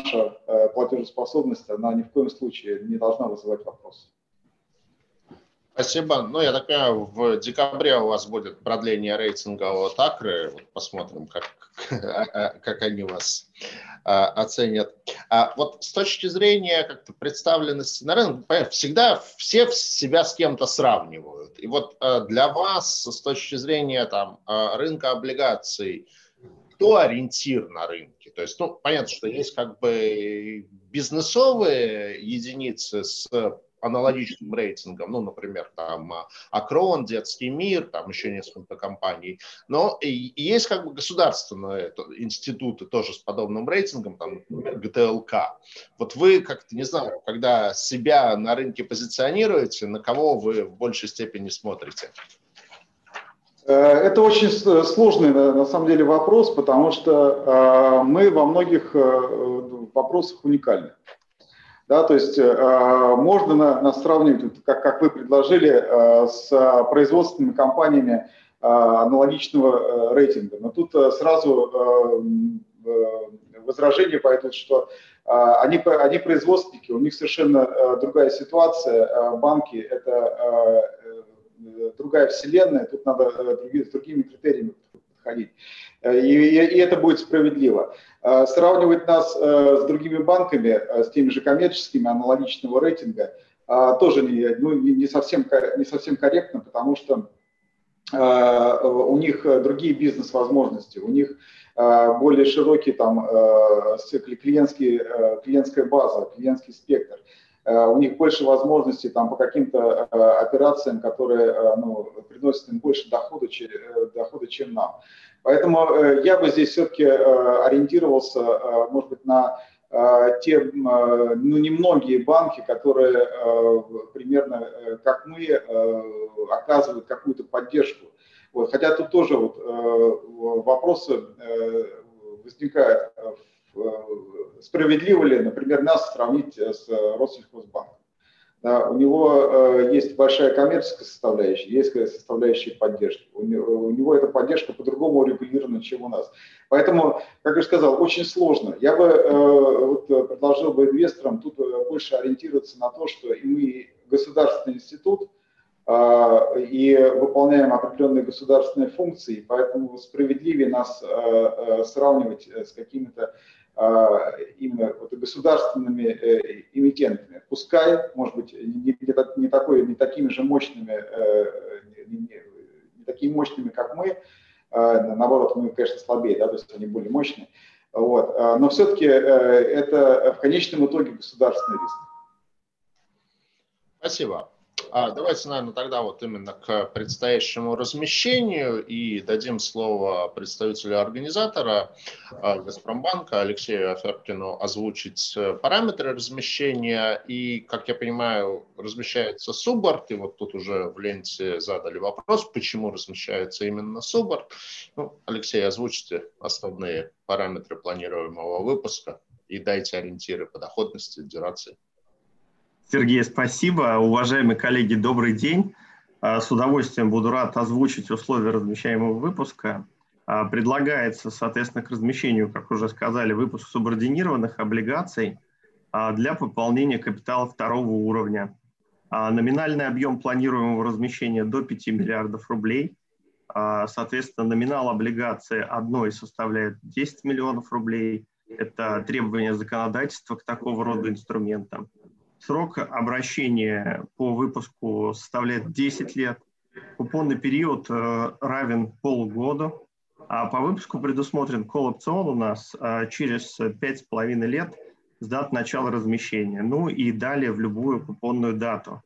наша платежеспособность, она ни в коем случае не должна вызывать вопросы. Спасибо. Ну, я так понимаю, в декабре у вас будет продление рейтинга от Акры. Вот посмотрим, как, как они вас а, оценят. А вот с точки зрения как-то представленности на рынке, понятно, всегда все себя с кем-то сравнивают. И вот а, для вас с точки зрения там, а, рынка облигаций, кто ориентир на рынке? То есть, ну, понятно, что есть как бы бизнесовые единицы с аналогичным рейтингом, ну, например, там Акрон, Детский мир, там еще несколько компаний, но и, и есть как бы государственные институты тоже с подобным рейтингом, там, например, ГТЛК. Вот вы как-то, не знаю, когда себя на рынке позиционируете, на кого вы в большей степени смотрите? Это очень сложный, на самом деле, вопрос, потому что мы во многих вопросах уникальны. Да, то есть э, можно на, на сравнивать, как, как вы предложили, э, с производственными компаниями э, аналогичного э, рейтинга. Но тут э, сразу э, возражение пойдут, что э, они, они производственники, у них совершенно э, другая ситуация. Э, банки – это э, другая вселенная, тут надо э, други, с другими критериями подходить. И, и, и это будет справедливо. Сравнивать нас с другими банками, с теми же коммерческими, аналогичного рейтинга, тоже не, ну, не, совсем, не совсем корректно, потому что у них другие бизнес-возможности, у них более широкий там, клиентский, клиентская база, клиентский спектр. У них больше возможностей там, по каким-то операциям, которые ну, приносят им больше дохода, дохода, чем нам. Поэтому я бы здесь все-таки ориентировался, может быть, на те ну, немногие банки, которые примерно как мы оказывают какую-то поддержку. Вот. Хотя тут тоже вот, вопросы возникают. Справедливо ли, например, нас сравнить с Россельхозбанком? Да, у него э, есть большая коммерческая составляющая, есть составляющая поддержки. У него, у него эта поддержка по-другому урегулирована, чем у нас. Поэтому, как я сказал, очень сложно. Я бы э, вот, предложил бы инвесторам тут больше ориентироваться на то, что и мы государственный институт, э, и выполняем определенные государственные функции, поэтому справедливее нас э, э, сравнивать с какими-то именно вот государственными э, эмитентами. Пускай, может быть, не, не, не, такой, не такими же мощными, э, не, не такими мощными, как мы, э, наоборот, мы, конечно, слабее, да, то есть они более мощные, вот, но все-таки э, это в конечном итоге государственный риск. Спасибо. А, давайте, наверное, тогда вот именно к предстоящему размещению и дадим слово представителю организатора Газпромбанка Алексею Аферкину озвучить параметры размещения. И, как я понимаю, размещается субборд. И вот тут уже в ленте задали вопрос, почему размещается именно субборд. Ну, Алексей, озвучите основные параметры планируемого выпуска и дайте ориентиры по доходности, дюрации. Сергей, спасибо. Уважаемые коллеги, добрый день. С удовольствием буду рад озвучить условия размещаемого выпуска. Предлагается, соответственно, к размещению, как уже сказали, выпуск субординированных облигаций для пополнения капитала второго уровня. Номинальный объем планируемого размещения до пяти миллиардов рублей. Соответственно, номинал облигации одной составляет десять миллионов рублей. Это требование законодательства к такого рода инструментам. Срок обращения по выпуску составляет десять лет. Купонный период равен полугоду. А по выпуску предусмотрен колл-опцион у нас через пять с половиной лет с даты начала размещения. Ну и далее в любую купонную дату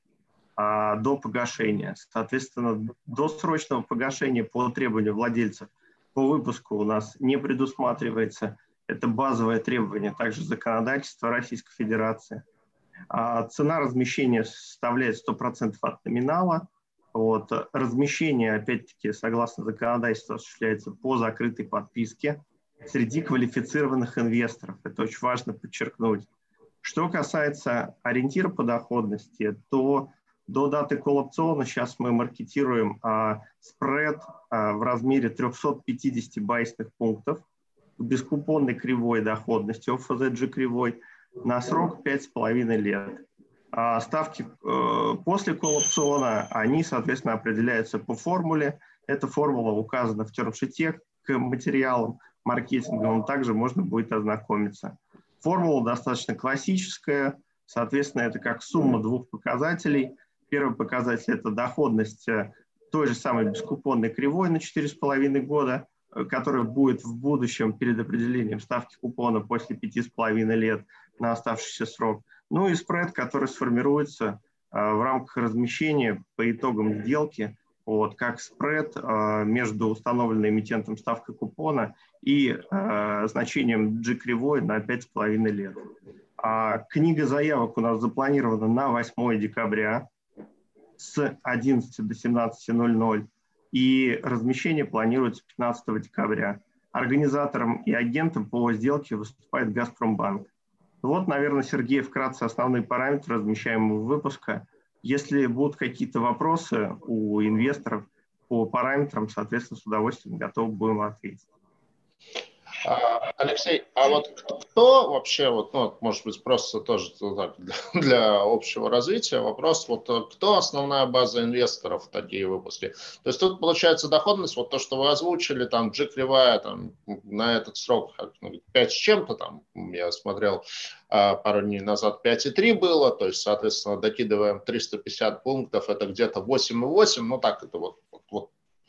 до погашения. Соответственно, досрочного погашения по требованию владельцев по выпуску у нас не предусматривается. Это базовое требование также законодательства Российской Федерации. Цена размещения составляет сто процентов от номинала. Вот. Размещение, опять-таки, согласно законодательству, осуществляется по закрытой подписке среди квалифицированных инвесторов. Это очень важно подчеркнуть. Что касается ориентира по доходности, то до даты колл-опциона сейчас мы маркетируем а, спред а, в размере триста пятьдесят байсных пунктов с бескупонной кривой доходности, о эф зет джи кривой, на срок пять с половиной лет. А ставки э, после колл-опциона, они, соответственно, определяются по формуле. Эта формула указана в термшите к материалам маркетинговым, также можно будет ознакомиться. Формула достаточно классическая, соответственно, это как сумма двух показателей. Первый показатель – это доходность той же самой бескупонной кривой на четыре с половиной года, которая будет в будущем перед определением ставки купона после пяти с половиной лет на оставшийся срок. Ну и спред, который сформируется а, в рамках размещения по итогам сделки, вот, как спред а, между установленной эмитентом ставкой купона и а, значением G-кривой на пять с половиной лет. А книга заявок у нас запланирована на восьмое декабря с одиннадцати до семнадцати ноль-ноль, и размещение планируется пятнадцатого декабря. Организатором и агентом по сделке выступает «Газпромбанк». Вот, наверное, Сергей, вкратце основные параметры размещаемого выпуска. Если будут какие-то вопросы у инвесторов по параметрам, соответственно, с удовольствием готовы будем ответить. Алексей, а вот кто вообще, вот, ну, может быть, просто тоже для, для общего развития вопрос, вот кто основная база инвесторов в такие выпуски? То есть тут получается доходность, вот то, что вы озвучили, там G-кривая там, на этот срок пять с чем-то, там, я смотрел пару дней назад пять и три было, то есть, соответственно, докидываем триста пятьдесят пунктов, это где-то восемь и восемь, ну так это вот, вот, вот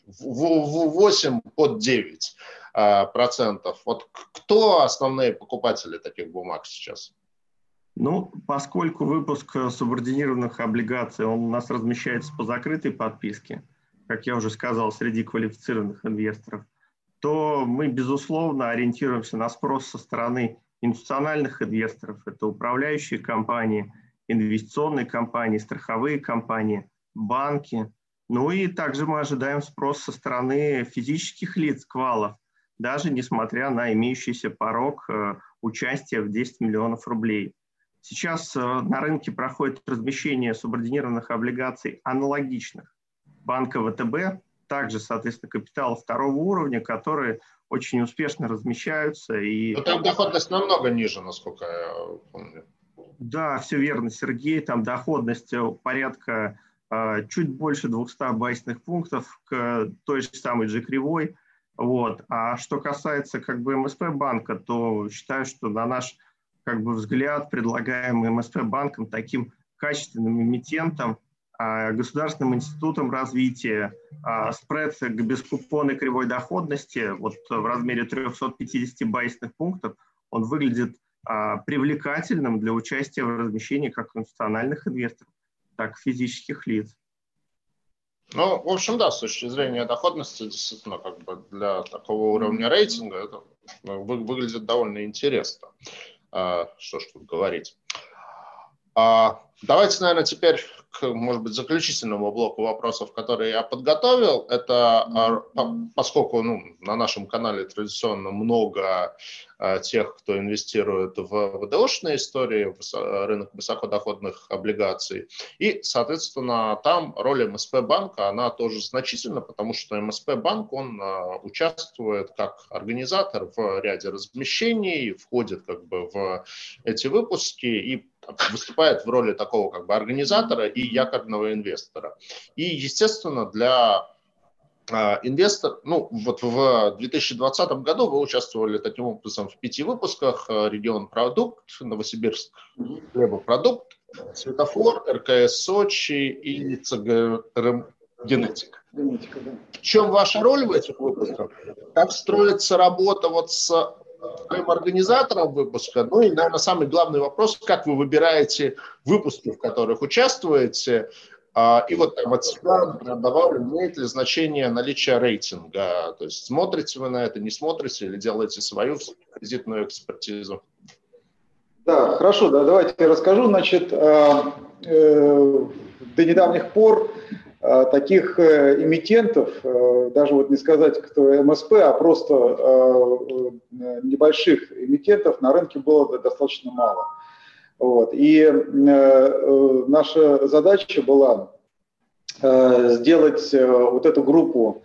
восемь под девять процентов. Вот кто основные покупатели таких бумаг сейчас? Ну, поскольку выпуск субординированных облигаций, он у нас размещается по закрытой подписке, как я уже сказал, среди квалифицированных инвесторов, то мы, безусловно, ориентируемся на спрос со стороны институциональных инвесторов. Это управляющие компании, инвестиционные компании, страховые компании, банки. Ну и также мы ожидаем спрос со стороны физических лиц, квалов, даже несмотря на имеющийся порог э, участия в десять миллионов рублей. Сейчас э, на рынке проходит размещение субординированных облигаций аналогичных банка ВТБ, также, соответственно, капитала второго уровня, которые очень успешно размещаются. И... Но там доходность намного ниже, насколько я помню. Да, все верно, Сергей, там доходность порядка э, чуть больше двухсот байсных пунктов к той же самой G-кривой. Вот. А что касается как бы МСП-банка, то считаю, что на наш как бы, взгляд, предлагаемый МСП-банком таким качественным эмитентом, а, государственным институтом развития, а, спред к бескупонной кривой доходности вот, в размере трехсот пятидесяти байсных пунктов, он выглядит а, привлекательным для участия в размещении как институциональных инвесторов, так и физических лиц. Ну, в общем, да, с точки зрения доходности, действительно, как бы для такого уровня рейтинга это выглядит довольно интересно. А, что ж тут говорить. А, давайте, наверное, теперь к, может быть, заключительному блоку вопросов, которые я подготовил. Это поскольку ну, на нашем канале традиционно много а, тех, кто инвестирует в ВДОшные истории, в рынок высокодоходных облигаций. И, соответственно, там роль МСП-банка, она тоже значительна, потому что МСП-банк, он а, участвует как организатор в ряде размещений, входит как бы в эти выпуски и выступает в роли такого как бы организатора и якорного инвестора. И, естественно, для э, инвестора, ну, вот в две тысячи двадцатом году вы участвовали таким образом в пяти выпусках: «Регион Продукт», «Новосибирск Хлебопродукт», «Светофор», РКС Сочи и ЦГРМ «Генетик». В чем ваша роль в этих выпусках? Как строится работа вот с своим организатором выпуска? Ну и, наверное, самый главный вопрос, как вы выбираете выпуски, в которых участвуете? И вот от себя добавлю, имеет ли значение наличие рейтинга? То есть смотрите вы на это, не смотрите или делаете свою кредитную экспертизу? Да, хорошо, да, давайте я расскажу. Значит, э, э, до недавних пор таких эмитентов, даже вот не сказать, кто МСП, а просто небольших эмитентов на рынке было достаточно мало. Вот. И наша задача была сделать вот эту группу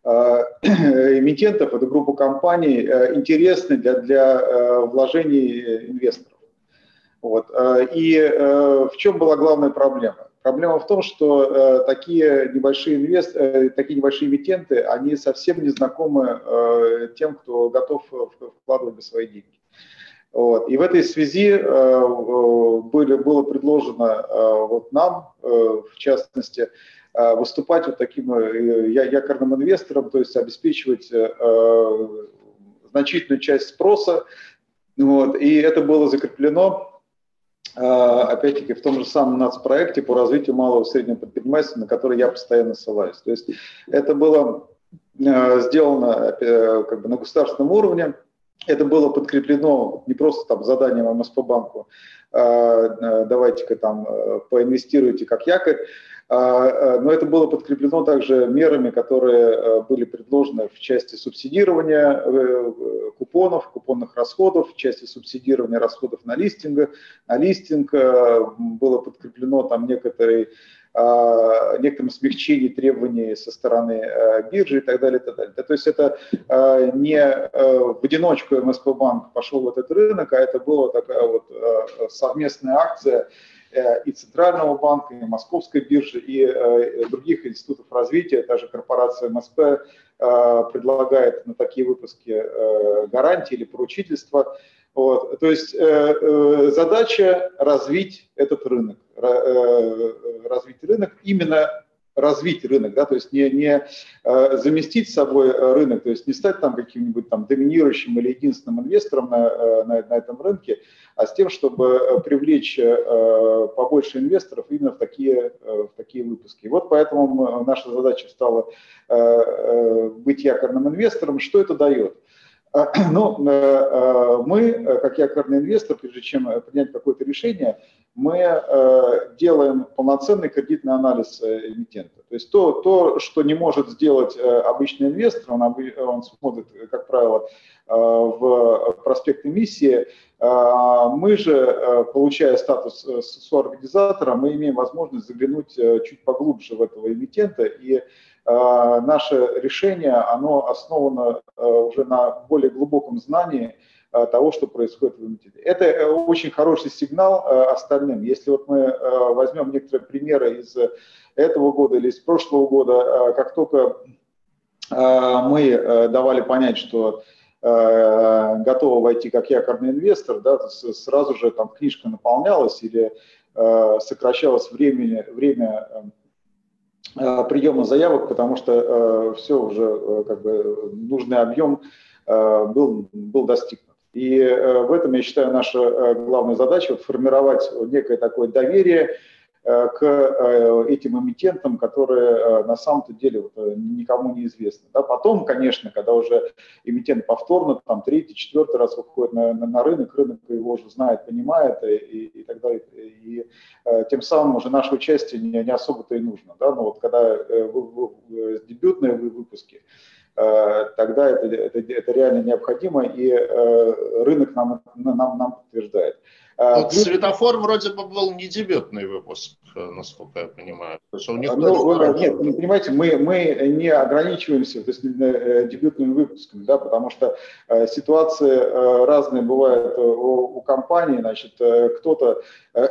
эмитентов, эту группу компаний интересной для, для вложений инвесторов. Вот. И в чем была главная проблема? Проблема в том, что такие небольшие инвесторы, такие небольшие эмитенты, они совсем не знакомы тем, кто готов вкладывать свои деньги. Вот. И в этой связи были, было предложено вот нам, в частности, выступать вот таким якорным инвестором, то есть обеспечивать значительную часть спроса. Вот. И это было закреплено, опять-таки, в том же самом нацпроекте по развитию малого и среднего предпринимательства, на который я постоянно ссылаюсь. То есть это было сделано как бы на государственном уровне. Это было подкреплено не просто там заданием эм эс пэ банку, давайте-ка там поинвестируйте как якорь, но это было подкреплено также мерами, которые были предложены в части субсидирования купонов, купонных расходов, в части субсидирования расходов на листинг. На листинг было подкреплено там некоторые некоторым смягчение требований со стороны биржи и так далее, и так далее. То есть это не в одиночку эм эс пэ банк пошел в этот рынок, а это была такая вот совместная акция и Центрального банка, и Московской биржи, и других институтов развития. Даже корпорация эм эс пэ предлагает на такие выпуски гарантии или поручительства. Вот. То есть задача развить этот рынок, развить рынок, именно развить рынок, да, то есть не, не заместить собой рынок, то есть не стать там каким-нибудь там доминирующим или единственным инвестором на, на, на этом рынке, а с тем, чтобы привлечь побольше инвесторов именно в такие, в такие выпуски. И вот поэтому наша задача стала быть якорным инвестором. Что это дает? Ну, мы, как якорный инвестор, прежде чем принять какое-то решение, мы делаем полноценный кредитный анализ эмитента. То есть то, то что не может сделать обычный инвестор, он, он смотрит, как правило, в проспект эмиссии. Мы же, получая статус соорганизатора, мы имеем возможность заглянуть чуть поглубже в этого эмитента, и наше решение, оно основано уже на более глубоком знании того, что происходит в эмитенте. Это очень хороший сигнал остальным. Если вот мы возьмем некоторые примеры из этого года или из прошлого года, как только мы давали понять, что готовы войти как якорный инвестор, да, сразу же там книжка наполнялась или сокращалось время, время приема заявок, потому что э, все уже э, как бы нужный объем э, был, был достигнут. И э, в этом, я считаю, наша э, главная задача вот, формировать некое такое доверие э, к э, этим эмитентам, которые э, на самом-то деле вот, никому не известны. Да? Потом, конечно, когда уже эмитент повторно, там, третий, четвертый раз выходит на, на, на рынок, рынок его уже знает, понимает и, и, и так далее. И э, тем самым уже наше участие не, не особо-то и нужно. Да? Но вот когда э, вы, вы, дебютные выпуски, э, тогда это, это, это реально необходимо, и э, рынок нам, нам, нам подтверждает. Вот Плюс... Светофор вроде бы был не дебютный выпуск, насколько я понимаю. То есть он не ну, нет, понимаете, мы, мы не ограничиваемся то есть, дебютными выпусками, да, потому что э, ситуации э, разные бывают у, у компаний. Значит, э, кто-то э,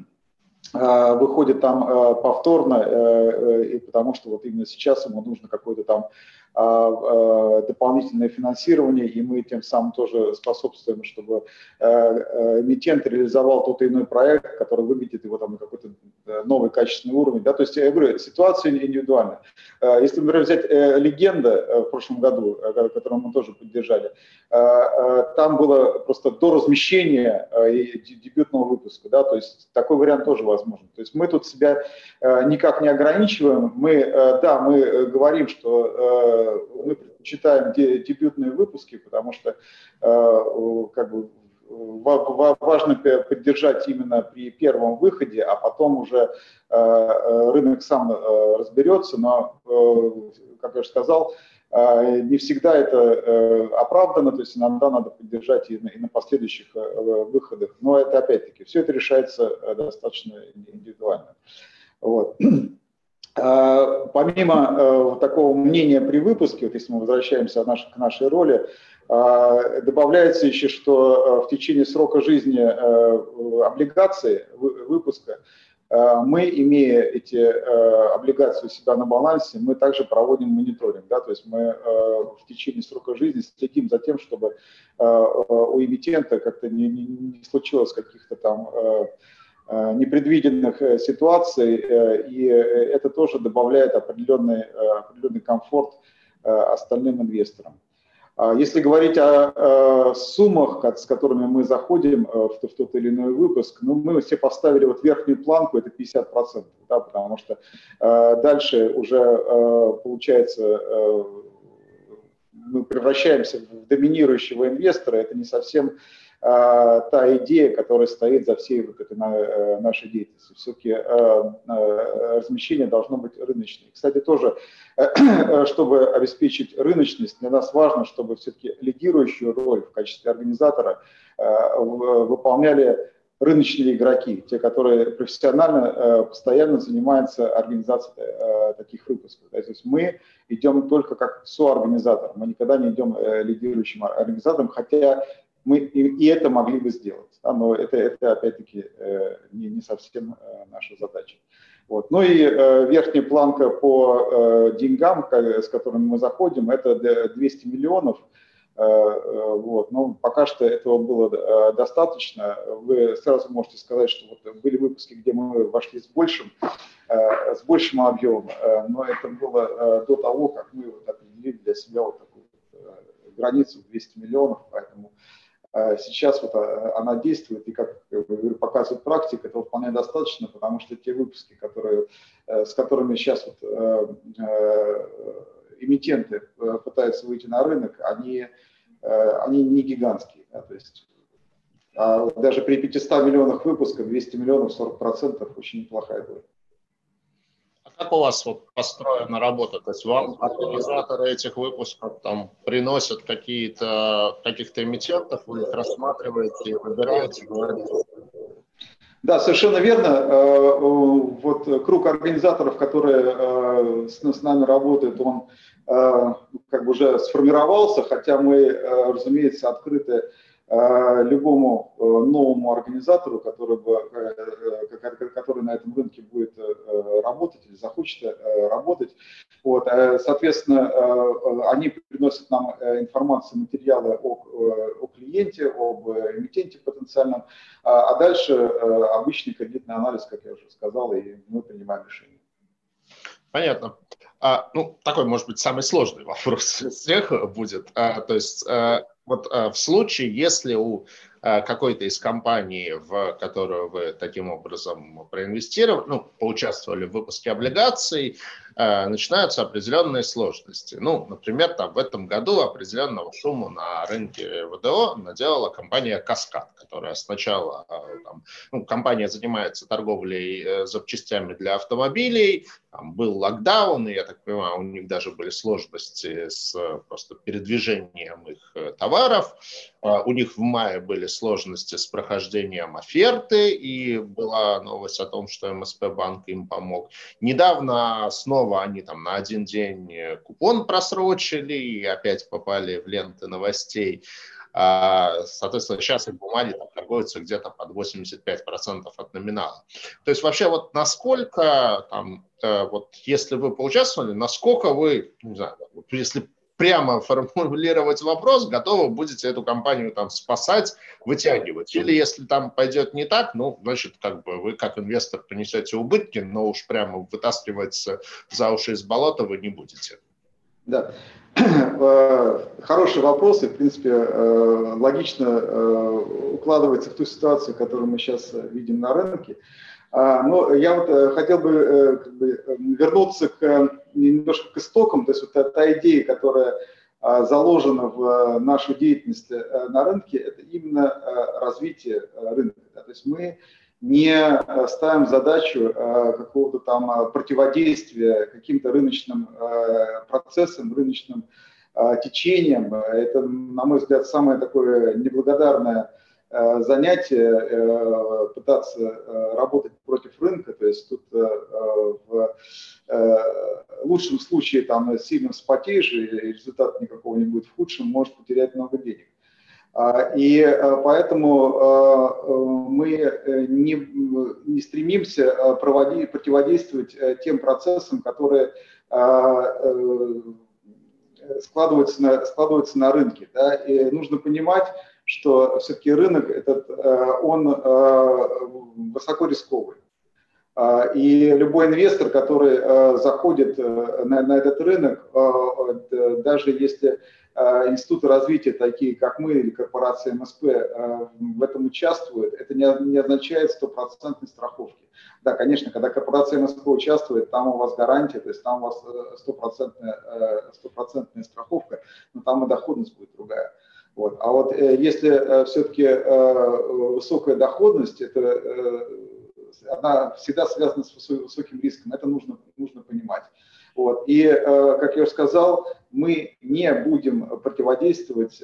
э, выходит там э, повторно, э, э, и потому что вот именно сейчас ему нужно какое-то там дополнительное финансирование, и мы тем самым тоже способствуем, чтобы эмитент реализовал тот или иной проект, который выведет его там на какой-то новый качественный уровень. Да? То есть, я говорю, ситуация индивидуальна. Если, например, взять «Легенда» в прошлом году, которую мы тоже поддержали, там было просто до размещения дебютного выпуска, да? То есть такой вариант тоже возможен. То есть мы тут себя никак не ограничиваем. Мы, да, мы говорим, что мы предпочитаем дебютные выпуски, потому что как бы, важно поддержать именно при первом выходе, а потом уже рынок сам разберется. Но, как я уже сказал, не всегда это оправдано, то есть иногда надо поддержать и на, и на последующих выходах. Но это опять-таки, все это решается достаточно индивидуально. Вот. Помимо э, такого мнения при выпуске, вот если мы возвращаемся наш, к нашей роли, Добавляется еще, что в течение срока жизни облигаций выпуска мы, имея эти облигации у себя на балансе, мы также проводим мониторинг. Да? То есть мы в течение срока жизни следим за тем, чтобы у эмитента как-то не, не, не случилось каких-то там непредвиденных ситуаций, и это тоже добавляет определенный, определенный комфорт остальным инвесторам. Если говорить о, о суммах, с которыми мы заходим в, в тот или иной выпуск, ну, мы все поставили вот верхнюю планку, это пятьдесят процентов, да, потому что э, дальше уже э, получается э, мы превращаемся в доминирующего инвестора, это не совсем э, та идея, которая стоит за всей вот этой на, э, нашей деятельностью. Все-таки э, э, размещение должно быть рыночное. Кстати, тоже, э, чтобы обеспечить рыночность, для нас важно, чтобы все-таки лидирующую роль в качестве организатора э, выполняли рыночные игроки, те, которые профессионально, э, постоянно занимаются организацией э, таких выпусков. То есть мы идем только как соорганизатор, мы никогда не идем э, лидирующим организатором, хотя мы и, и это могли бы сделать, да, но это, это опять-таки э, не, не совсем э, наша задача. Вот. Ну и э, верхняя планка по э, деньгам, с которыми мы заходим, это двести миллионов. Вот. Но пока что этого было достаточно. Вы сразу можете сказать, что вот были выпуски, где мы вошли с большим, с большим объемом, но это было до того, как мы вот определили для себя вот такую границу двести миллионов, поэтому сейчас вот она действует, и как показывает практика, это вполне достаточно, потому что те выпуски, которые, с которыми сейчас вот эмитенты пытаются выйти на рынок, они, они не гигантские. Да, то есть, а даже при пятистах миллионах выпусков двести миллионов, сорок процентов очень неплохая доля. А как у вас вот построена работа? То есть вам организаторы этих выпусков там приносят какие-то, каких-то эмитентов, вы их рассматриваете, выбираете, говорите? Да, совершенно верно. Вот круг организаторов, которые с нами работают, он как бы уже сформировался, хотя мы, разумеется, открыты любому новому организатору, который, бы, который на этом рынке будет работать или захочет работать. Вот. Соответственно, они приносят нам информацию, материалы о, о клиенте, об эмитенте потенциальном, а дальше обычный кредитный анализ, как я уже сказал, и мы принимаем решение. Понятно. А, ну, такой, может быть, самый сложный вопрос из всех будет. А, то есть а, вот а, в случае, если у а, какой-то из компаний, в которую вы таким образом проинвестировали, ну, поучаствовали в выпуске облигаций, а, начинаются определенные сложности. Ну, например, там, в этом году определенного шума на рынке ВДО наделала компания «Каскад», которая сначала, там, ну, компания занимается торговлей запчастями для автомобилей, там был локдаун, и, я так понимаю, у них даже были сложности с просто передвижением их товаров. У них в мае были сложности с прохождением оферты, и была новость о том, что эм эс пэ-банк им помог. Недавно снова они там на один день купон просрочили и опять попали в ленты новостей. Соответственно, сейчас их бумаги там торгуются где-то под восемьдесят пять процентов от номинала. То есть вообще вот насколько, там, вот если вы поучаствовали, насколько вы, не знаю, вот если прямо формулировать вопрос, готовы будете эту компанию там спасать, вытягивать? Или если там пойдет не так, ну, значит, как бы вы как инвестор понесете убытки, но уж прямо вытаскивать за уши из болота вы не будете. Да. Хороший вопрос, и, в принципе, логично укладывается в ту ситуацию, которую мы сейчас видим на рынке. Но я вот хотел бы, как бы вернуться к, немножко к истокам, то есть вот та идея, которая заложена в нашу деятельность на рынке, это именно развитие рынка. То есть мы не ставим задачу какого-то там противодействия каким-то рыночным процессам, рыночным течениям. Это, на мой взгляд, самое такое неблагодарное занятие, пытаться работать против рынка, то есть тут в лучшем случае там сильно вспотеешь, и результата никакого не будет, в худшем можешь потерять много денег. И поэтому мы не, не стремимся проводить, противодействовать тем процессам, которые складываются на, складываются на рынке. Да? И нужно понимать, что все-таки рынок этот, он высоко рисковый. И любой инвестор, который заходит на, на этот рынок, даже если институты развития, такие как мы или корпорация эм эс пэ, в этом участвуют, это не, не означает стопроцентной страховки. Да, конечно, когда корпорация эм эс пэ участвует, там у вас гарантия, то есть там у вас стопроцентная, стопроцентная страховка, но там и доходность будет другая. Вот. А вот если все-таки высокая доходность, это, она всегда связана с высоким риском, это нужно, нужно понимать. Вот. И, как я уже сказал, мы не будем противодействовать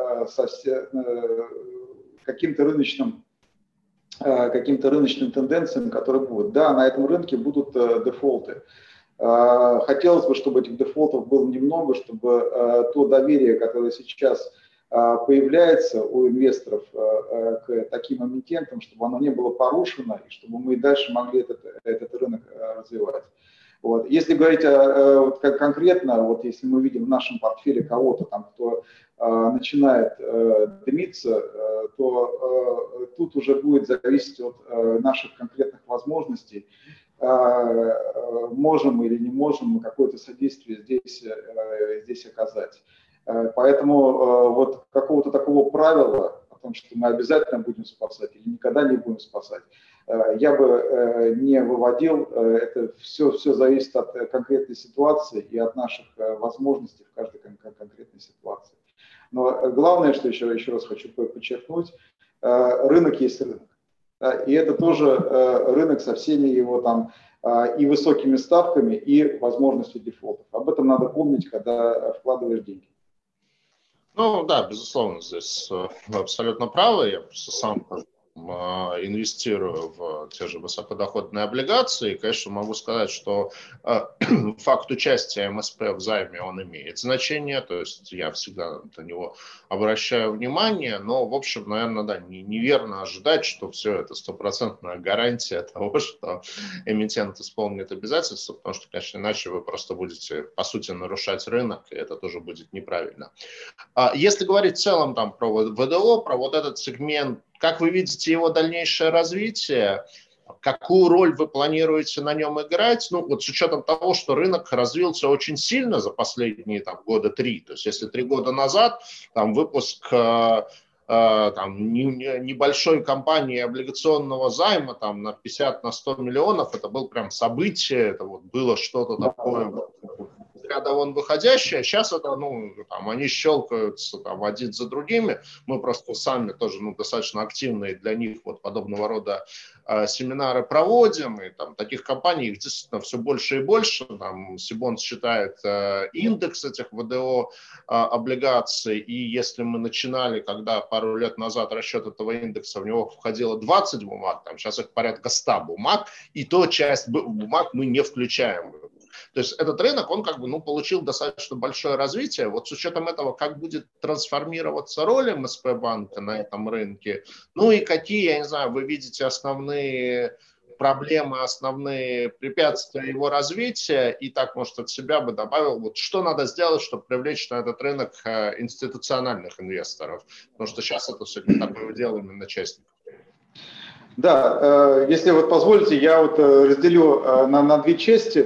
каким-то рыночным, каким-то рыночным тенденциям, которые будут. Да, на этом рынке будут дефолты. Хотелось бы, чтобы этих дефолтов было немного, чтобы то доверие, которое сейчас появляется у инвесторов к таким эмитентам, чтобы оно не было порушено, и чтобы мы и дальше могли этот, этот рынок развивать. Вот. Если говорить о, вот, как конкретно, вот если мы видим в нашем портфеле кого-то, там, кто э, начинает э, дымиться, э, то э, тут уже будет зависеть от э, наших конкретных возможностей, э, э, можем или не можем мы какое-то содействие здесь, э, здесь оказать. Э, поэтому э, вот какого-то такого правила о том, что мы обязательно будем спасать или никогда не будем спасать, я бы не выводил. Это все, все зависит от конкретной ситуации и от наших возможностей в каждой конкретной ситуации. Но главное, что еще, еще раз хочу подчеркнуть, рынок есть рынок. И это тоже рынок со всеми его там и высокими ставками, и возможностью дефолтов. Об этом надо помнить, когда вкладываешь деньги. Ну да, безусловно, здесь абсолютно правы. Я просто сам инвестирую в те же высокодоходные облигации. И, конечно, могу сказать, что э, факт участия эм эс пэ в займе, он имеет значение, то есть я всегда на него обращаю внимание, но, в общем, наверное, да, не, неверно ожидать, что все это стопроцентная гарантия того, что эмитент исполнит обязательства, потому что, конечно, иначе вы просто будете, по сути, нарушать рынок, и это тоже будет неправильно. А если говорить в целом там, про вэ дэ о, про вот этот сегмент, как вы видите его дальнейшее развитие, какую роль вы планируете на нем играть? Ну, вот с учетом того, что рынок развился очень сильно за последние там, года три. То есть, если три года назад там, выпуск э, э, там, не, не, небольшой компании облигационного займа там, на пятьдесят на сто миллионов, это было прям событие, это вот было что-то такое ряда вон выходящее, сейчас это, ну, там, они щелкаются там один за другими, мы просто сами тоже, ну, достаточно активные для них вот подобного рода э, семинары проводим, и там таких компаний их действительно все больше и больше, там Сибонс считает э, индекс этих вэ дэ о э, облигаций, и если мы начинали, когда пару лет назад расчет этого индекса, в него входило двадцать бумаг, там сейчас их порядка ста бумаг, и то часть бумаг мы не включаем. То есть этот рынок, он как бы, ну, получил достаточно большое развитие. Вот с учетом этого, как будет трансформироваться роль эм эс пэ-банка на этом рынке, ну и какие, я не знаю, вы видите основные проблемы, основные препятствия его развития, и так, может, от себя бы добавил, вот что надо сделать, чтобы привлечь на этот рынок институциональных инвесторов, потому что сейчас это все-таки такое дело именно частников. Да, если вот позволите, я вот разделю на, на две части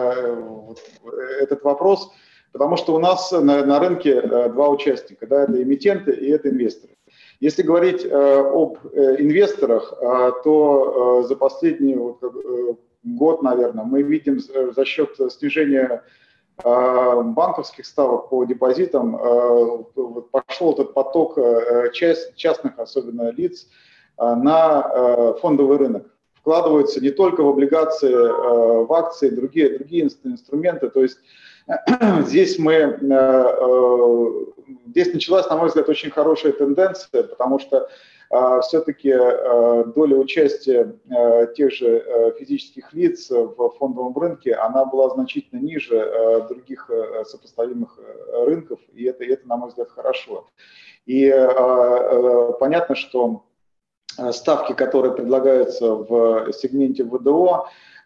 этот вопрос, потому что у нас на, на рынке два участника, да, это эмитенты и это инвесторы. Если говорить об инвесторах, то за последний вот год, наверное, мы видим за счет снижения банковских ставок по депозитам, пошел этот поток частных, особенно лиц, на фондовый рынок. Вкладываются не только в облигации, в акции, другие, другие инструменты. То есть здесь мы, здесь началась, на мой взгляд, очень хорошая тенденция, потому что все-таки доля участия тех же физических лиц в фондовом рынке, она была значительно ниже других сопоставимых рынков, и это, это на мой взгляд, хорошо. И понятно, что ставки, которые предлагаются в сегменте ВДО,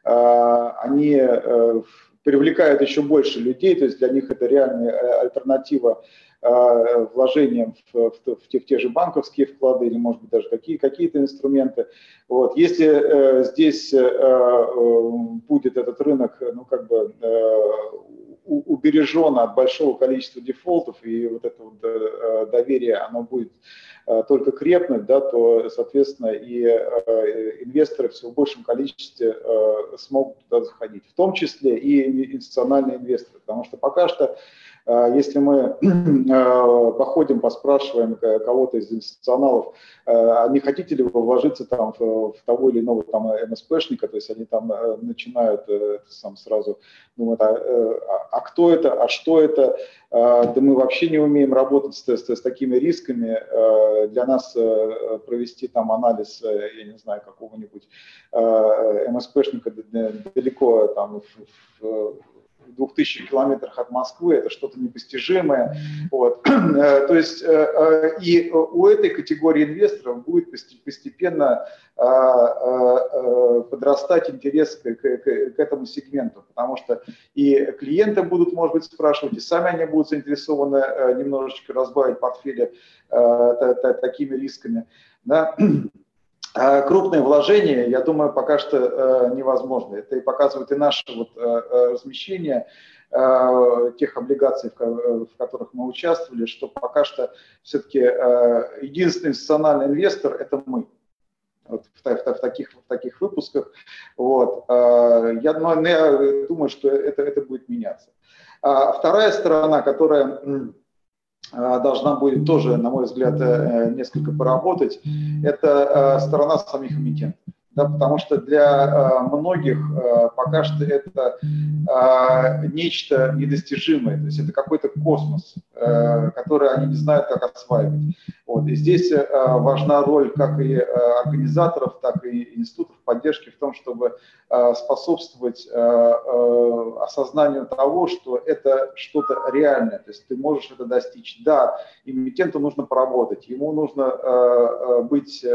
они привлекают еще больше людей, то есть для них это реальная альтернатива вложениям в, в, в, те, в те же банковские вклады или, может быть, даже какие, какие-то инструменты. Вот. Если э, здесь э, будет этот рынок, ну, как бы э, убережен от большого количества дефолтов, и вот это вот, э, доверие, оно будет э, только крепнуть, да, то, соответственно, и э, инвесторы все в большем количестве э, смогут туда заходить, в том числе и институциональные инвесторы, потому что пока что, если мы походим, поспрашиваем кого-то из институционалов, а не хотите ли вы вложиться там в, в того или иного там эм эс пэ-шника, то есть они там начинают сам сразу думать, а, а кто это, а что это, да мы вообще не умеем работать с, с, с такими рисками, для нас провести там анализ, я не знаю, какого-нибудь эм эс пэ-шника далеко там в, в в двух тысячах километрах от Москвы, это что-то непостижимое. Вот. То есть и у этой категории инвесторов будет постепенно подрастать интерес к, к, к этому сегменту, потому что и клиенты будут, может быть, спрашивать, и сами они будут заинтересованы немножечко разбавить портфели такими рисками. Да? Крупные вложения, я думаю, пока что э, невозможно. Это и показывает и наше вот, э, размещение э, тех облигаций, в, в которых мы участвовали, что пока что все-таки э, единственный институциональный инвестор – это мы. Вот, в, в, в, таких, в таких выпусках. Вот. Э, я, ну, я думаю, что это, это будет меняться. А вторая сторона, которая должна будет тоже, на мой взгляд, несколько поработать, это сторона самих эмитентов. Да, потому что для многих пока что это нечто недостижимое, то есть это какой-то космос, который они не знают, как осваивать. Вот. И здесь важна роль как и организаторов, так и институтов поддержки в том, чтобы способствовать осознанию того, что это что-то реальное, то есть ты можешь это достичь. Да, эмитенту нужно поработать, ему нужно быть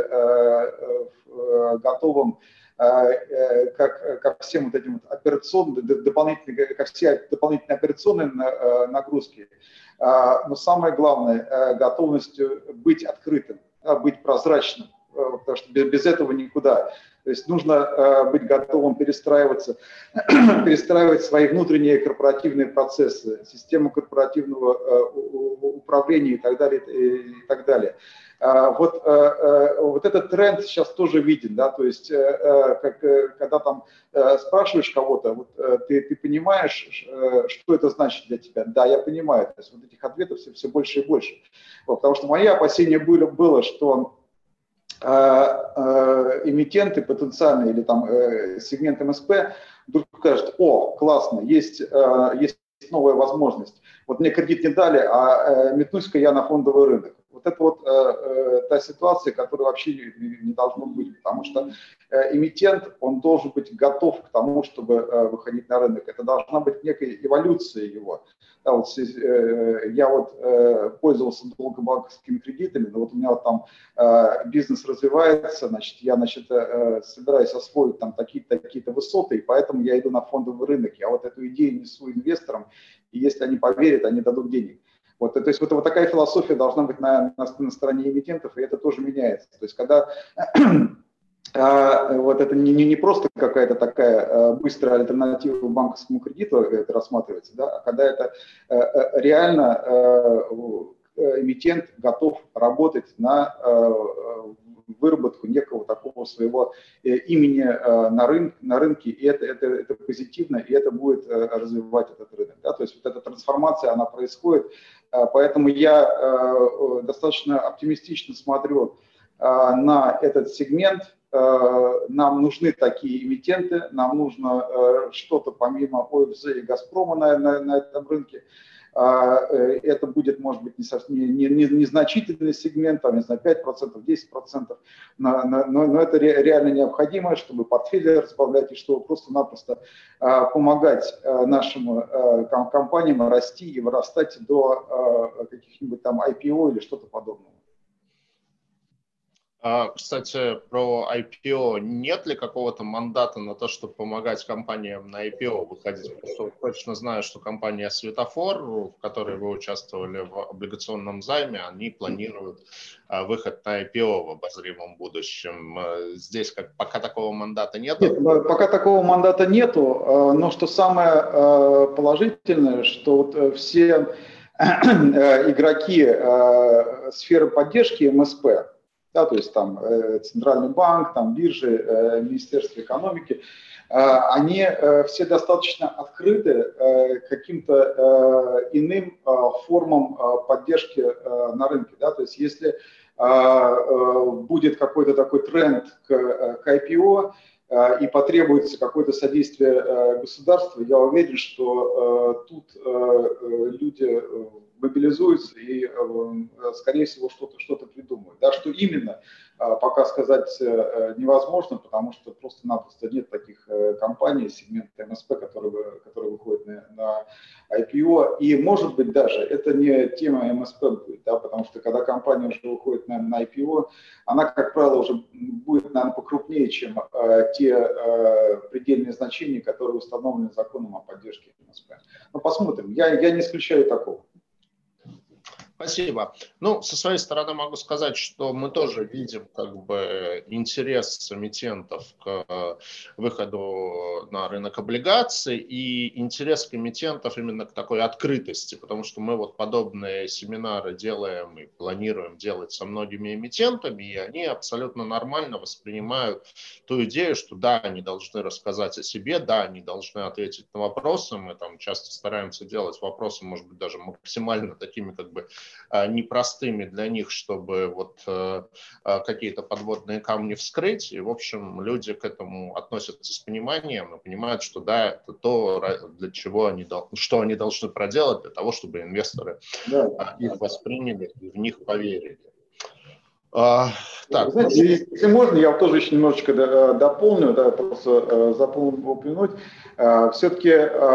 готовым как, ко всем вот этим вот операционным, дополнительные, ко все дополнительные операционные нагрузки. Но самое главное, готовностью быть открытым, быть прозрачным, потому что без, без этого никуда. То есть нужно быть готовым перестраиваться, перестраивать свои внутренние корпоративные процессы, систему корпоративного управления и так далее, и так далее. Вот, вот этот тренд сейчас тоже виден, да, то есть как, когда там спрашиваешь кого-то, вот, ты, ты понимаешь, что это значит для тебя? Да, я понимаю, то есть вот этих ответов все, все больше и больше. Вот, потому что мои опасения были, было, что эмитенты потенциальные или там сегмент эм эс пэ вдруг скажут: о, классно, есть, есть новая возможность, вот мне кредит не дали, а метнусь-ка я на фондовый рынок. Вот это вот э, та ситуация, которая вообще не, не должно быть, потому что э, эмитент, он должен быть готов к тому, чтобы э, выходить на рынок. Это должна быть некая эволюция его. Да, вот, э, я вот э, пользовался долго банковскими кредитами, но вот у меня вот там э, бизнес развивается, значит, я значит, э, собираюсь освоить там такие-то такие-то высоты, и поэтому я иду на фондовый рынок. Я вот эту идею несу инвесторам, и если они поверят, они дадут денег. Вот, то есть вот, вот такая философия должна быть на, на, на стороне эмитентов, и это тоже меняется. То есть когда а, вот это не, не, не просто какая-то такая а, быстрая альтернатива банковскому кредиту это рассматривается, да, а когда это а, реально а, эмитент готов работать на а, выработку некого такого своего имени на, рынке, на рынке, и это, это, это позитивно, и это будет развивать этот рынок. Да? То есть вот эта трансформация, она происходит, поэтому я достаточно оптимистично смотрю на этот сегмент. Нам нужны такие эмитенты, нам нужно что-то помимо о эф зэ и Газпрома на, на, на этом рынке. это будет, может быть, не, не, не, незначительный сегмент, там, не знаю, пять процентов, десять процентов, но, но, но это реально необходимо, чтобы портфели разбавлять и чтобы просто-напросто помогать нашим компаниям расти и вырастать до каких-нибудь там ай пи о или что-то подобного. Кстати, про ай пи о. Нет ли какого-то мандата на то, чтобы помогать компаниям на ай пи о выходить? Потому что точно знаю, что компания «Светофор», в которой вы участвовали в облигационном займе, они планируют выход на ай пи о в обозримом будущем. Здесь как, пока такого мандата нету? Нет, пока такого мандата нету, но что самое положительное, что вот все игроки сферы поддержки эм эс пэ, да, то есть там э, Центральный банк, там биржи, э, Министерство экономики, э, они э, все достаточно открыты э, каким-то э, иным э, формам э, поддержки э, на рынке. Да? То есть если э, э, будет какой-то такой тренд к, к ай пи о э, и потребуется какое-то содействие э, государства, я уверен, что э, тут э, люди мобилизуются и, скорее всего, что-то что-то придумают. Да, что именно, пока сказать невозможно, потому что просто-напросто нет таких компаний, сегмента эм эс пэ, которые, которые выходят на, на ай пи о. И, может быть, даже это не тема эм эс пэ будет, да, потому что когда компания уже выходит на, на ай пи о, она, как правило, уже будет, наверное, покрупнее, чем э, те э, предельные значения, которые установлены законом о поддержке эм эс пэ. Но посмотрим. Я, я не исключаю такого. Спасибо. Ну, со своей стороны могу сказать, что мы тоже видим как бы интерес эмитентов к выходу на рынок облигаций и интерес к эмитентов именно к такой открытости, потому что мы вот подобные семинары делаем и планируем делать со многими эмитентами, и они абсолютно нормально воспринимают ту идею, что да, они должны рассказать о себе, да, они должны ответить на вопросы. Мы там часто стараемся делать вопросы, может быть, даже максимально такими как бы непростыми для них, чтобы вот э, какие-то подводные камни вскрыть. И, в общем, люди к этому относятся с пониманием и понимают, что да, это то, для чего они, что они должны проделать для того, чтобы инвесторы да. их восприняли и в них поверили. А, так, знаете, ну, если можно, я тоже еще немножечко дополню, да, просто забыл упомянуть. Все-таки,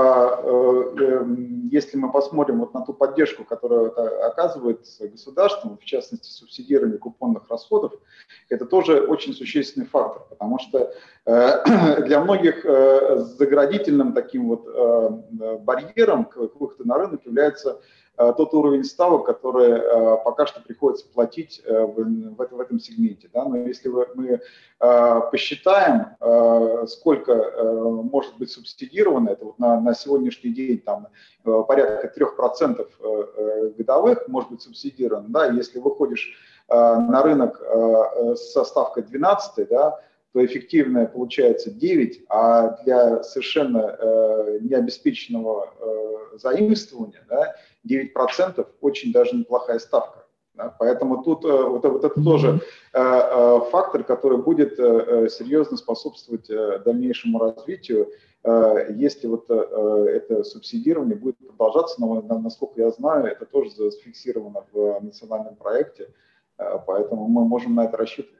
если мы посмотрим вот на ту поддержку, которую оказывает государство, в частности, субсидирование купонных расходов, это тоже очень существенный фактор, потому что для многих заградительным таким вот барьером к выходу на рынок является тот уровень ставок, который пока что приходится платить в, в этом сегменте. Да? Но если мы посчитаем, сколько может быть субсидировано, это вот на, на сегодняшний день там, порядка трех процентов годовых может быть субсидировано. Да? Если выходишь на рынок со ставкой двенадцать, да, то эффективная получается девять, а для совершенно э, необеспеченного э, заимствования да, девять процентов очень даже неплохая ставка. Да. Поэтому тут э, вот, вот это тоже э, э, фактор, который будет э, серьезно способствовать э, дальнейшему развитию, э, если вот э, это субсидирование будет продолжаться. Но, насколько я знаю, это тоже зафиксировано в национальном проекте, э, поэтому мы можем на это рассчитывать.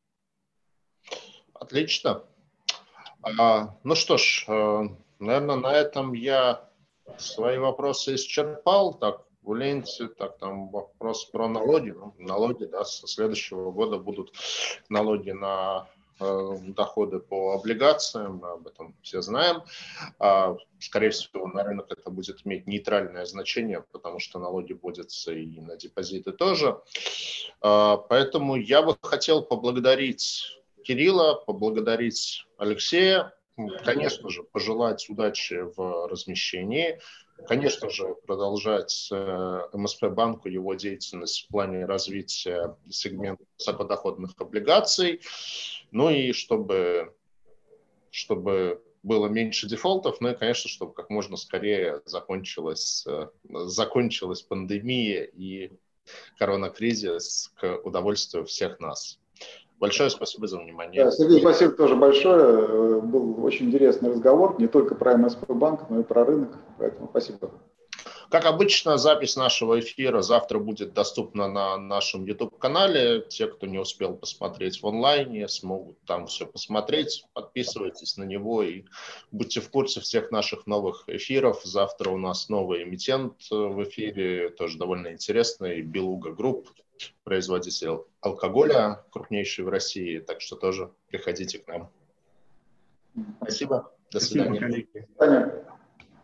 Отлично. А, ну что ж, наверное, на этом я свои вопросы исчерпал. Так, в ленте, так, там вопрос про налоги. Ну, налоги, да, со следующего года будут налоги на э, доходы по облигациям, мы об этом все знаем. А, скорее всего, на рынок это будет иметь нейтральное значение, потому что налоги вводятся и на депозиты тоже. А, поэтому я бы хотел поблагодарить Кирилла, поблагодарить Алексея, конечно же, пожелать удачи в размещении, конечно же, продолжать эм эс пэ-банку его деятельность в плане развития сегмента высокодоходных облигаций, ну и чтобы, чтобы было меньше дефолтов, ну и, конечно, чтобы как можно скорее закончилась, закончилась пандемия и коронакризис к удовольствию всех нас. Большое спасибо за внимание. Да, Сергей, спасибо тоже большое. Был очень интересный разговор, не только про эм эс пэ-банк, но и про рынок. Поэтому спасибо. Как обычно, запись нашего эфира завтра будет доступна на нашем YouTube-канале. Те, кто не успел посмотреть в онлайне, смогут там все посмотреть. Подписывайтесь на него и будьте в курсе всех наших новых эфиров. Завтра у нас новый эмитент в эфире, тоже довольно интересный, Белуга Групп, производитель алкоголя, крупнейший в России. Так что тоже приходите к нам. Спасибо. До свидания. Спасибо, коллеги.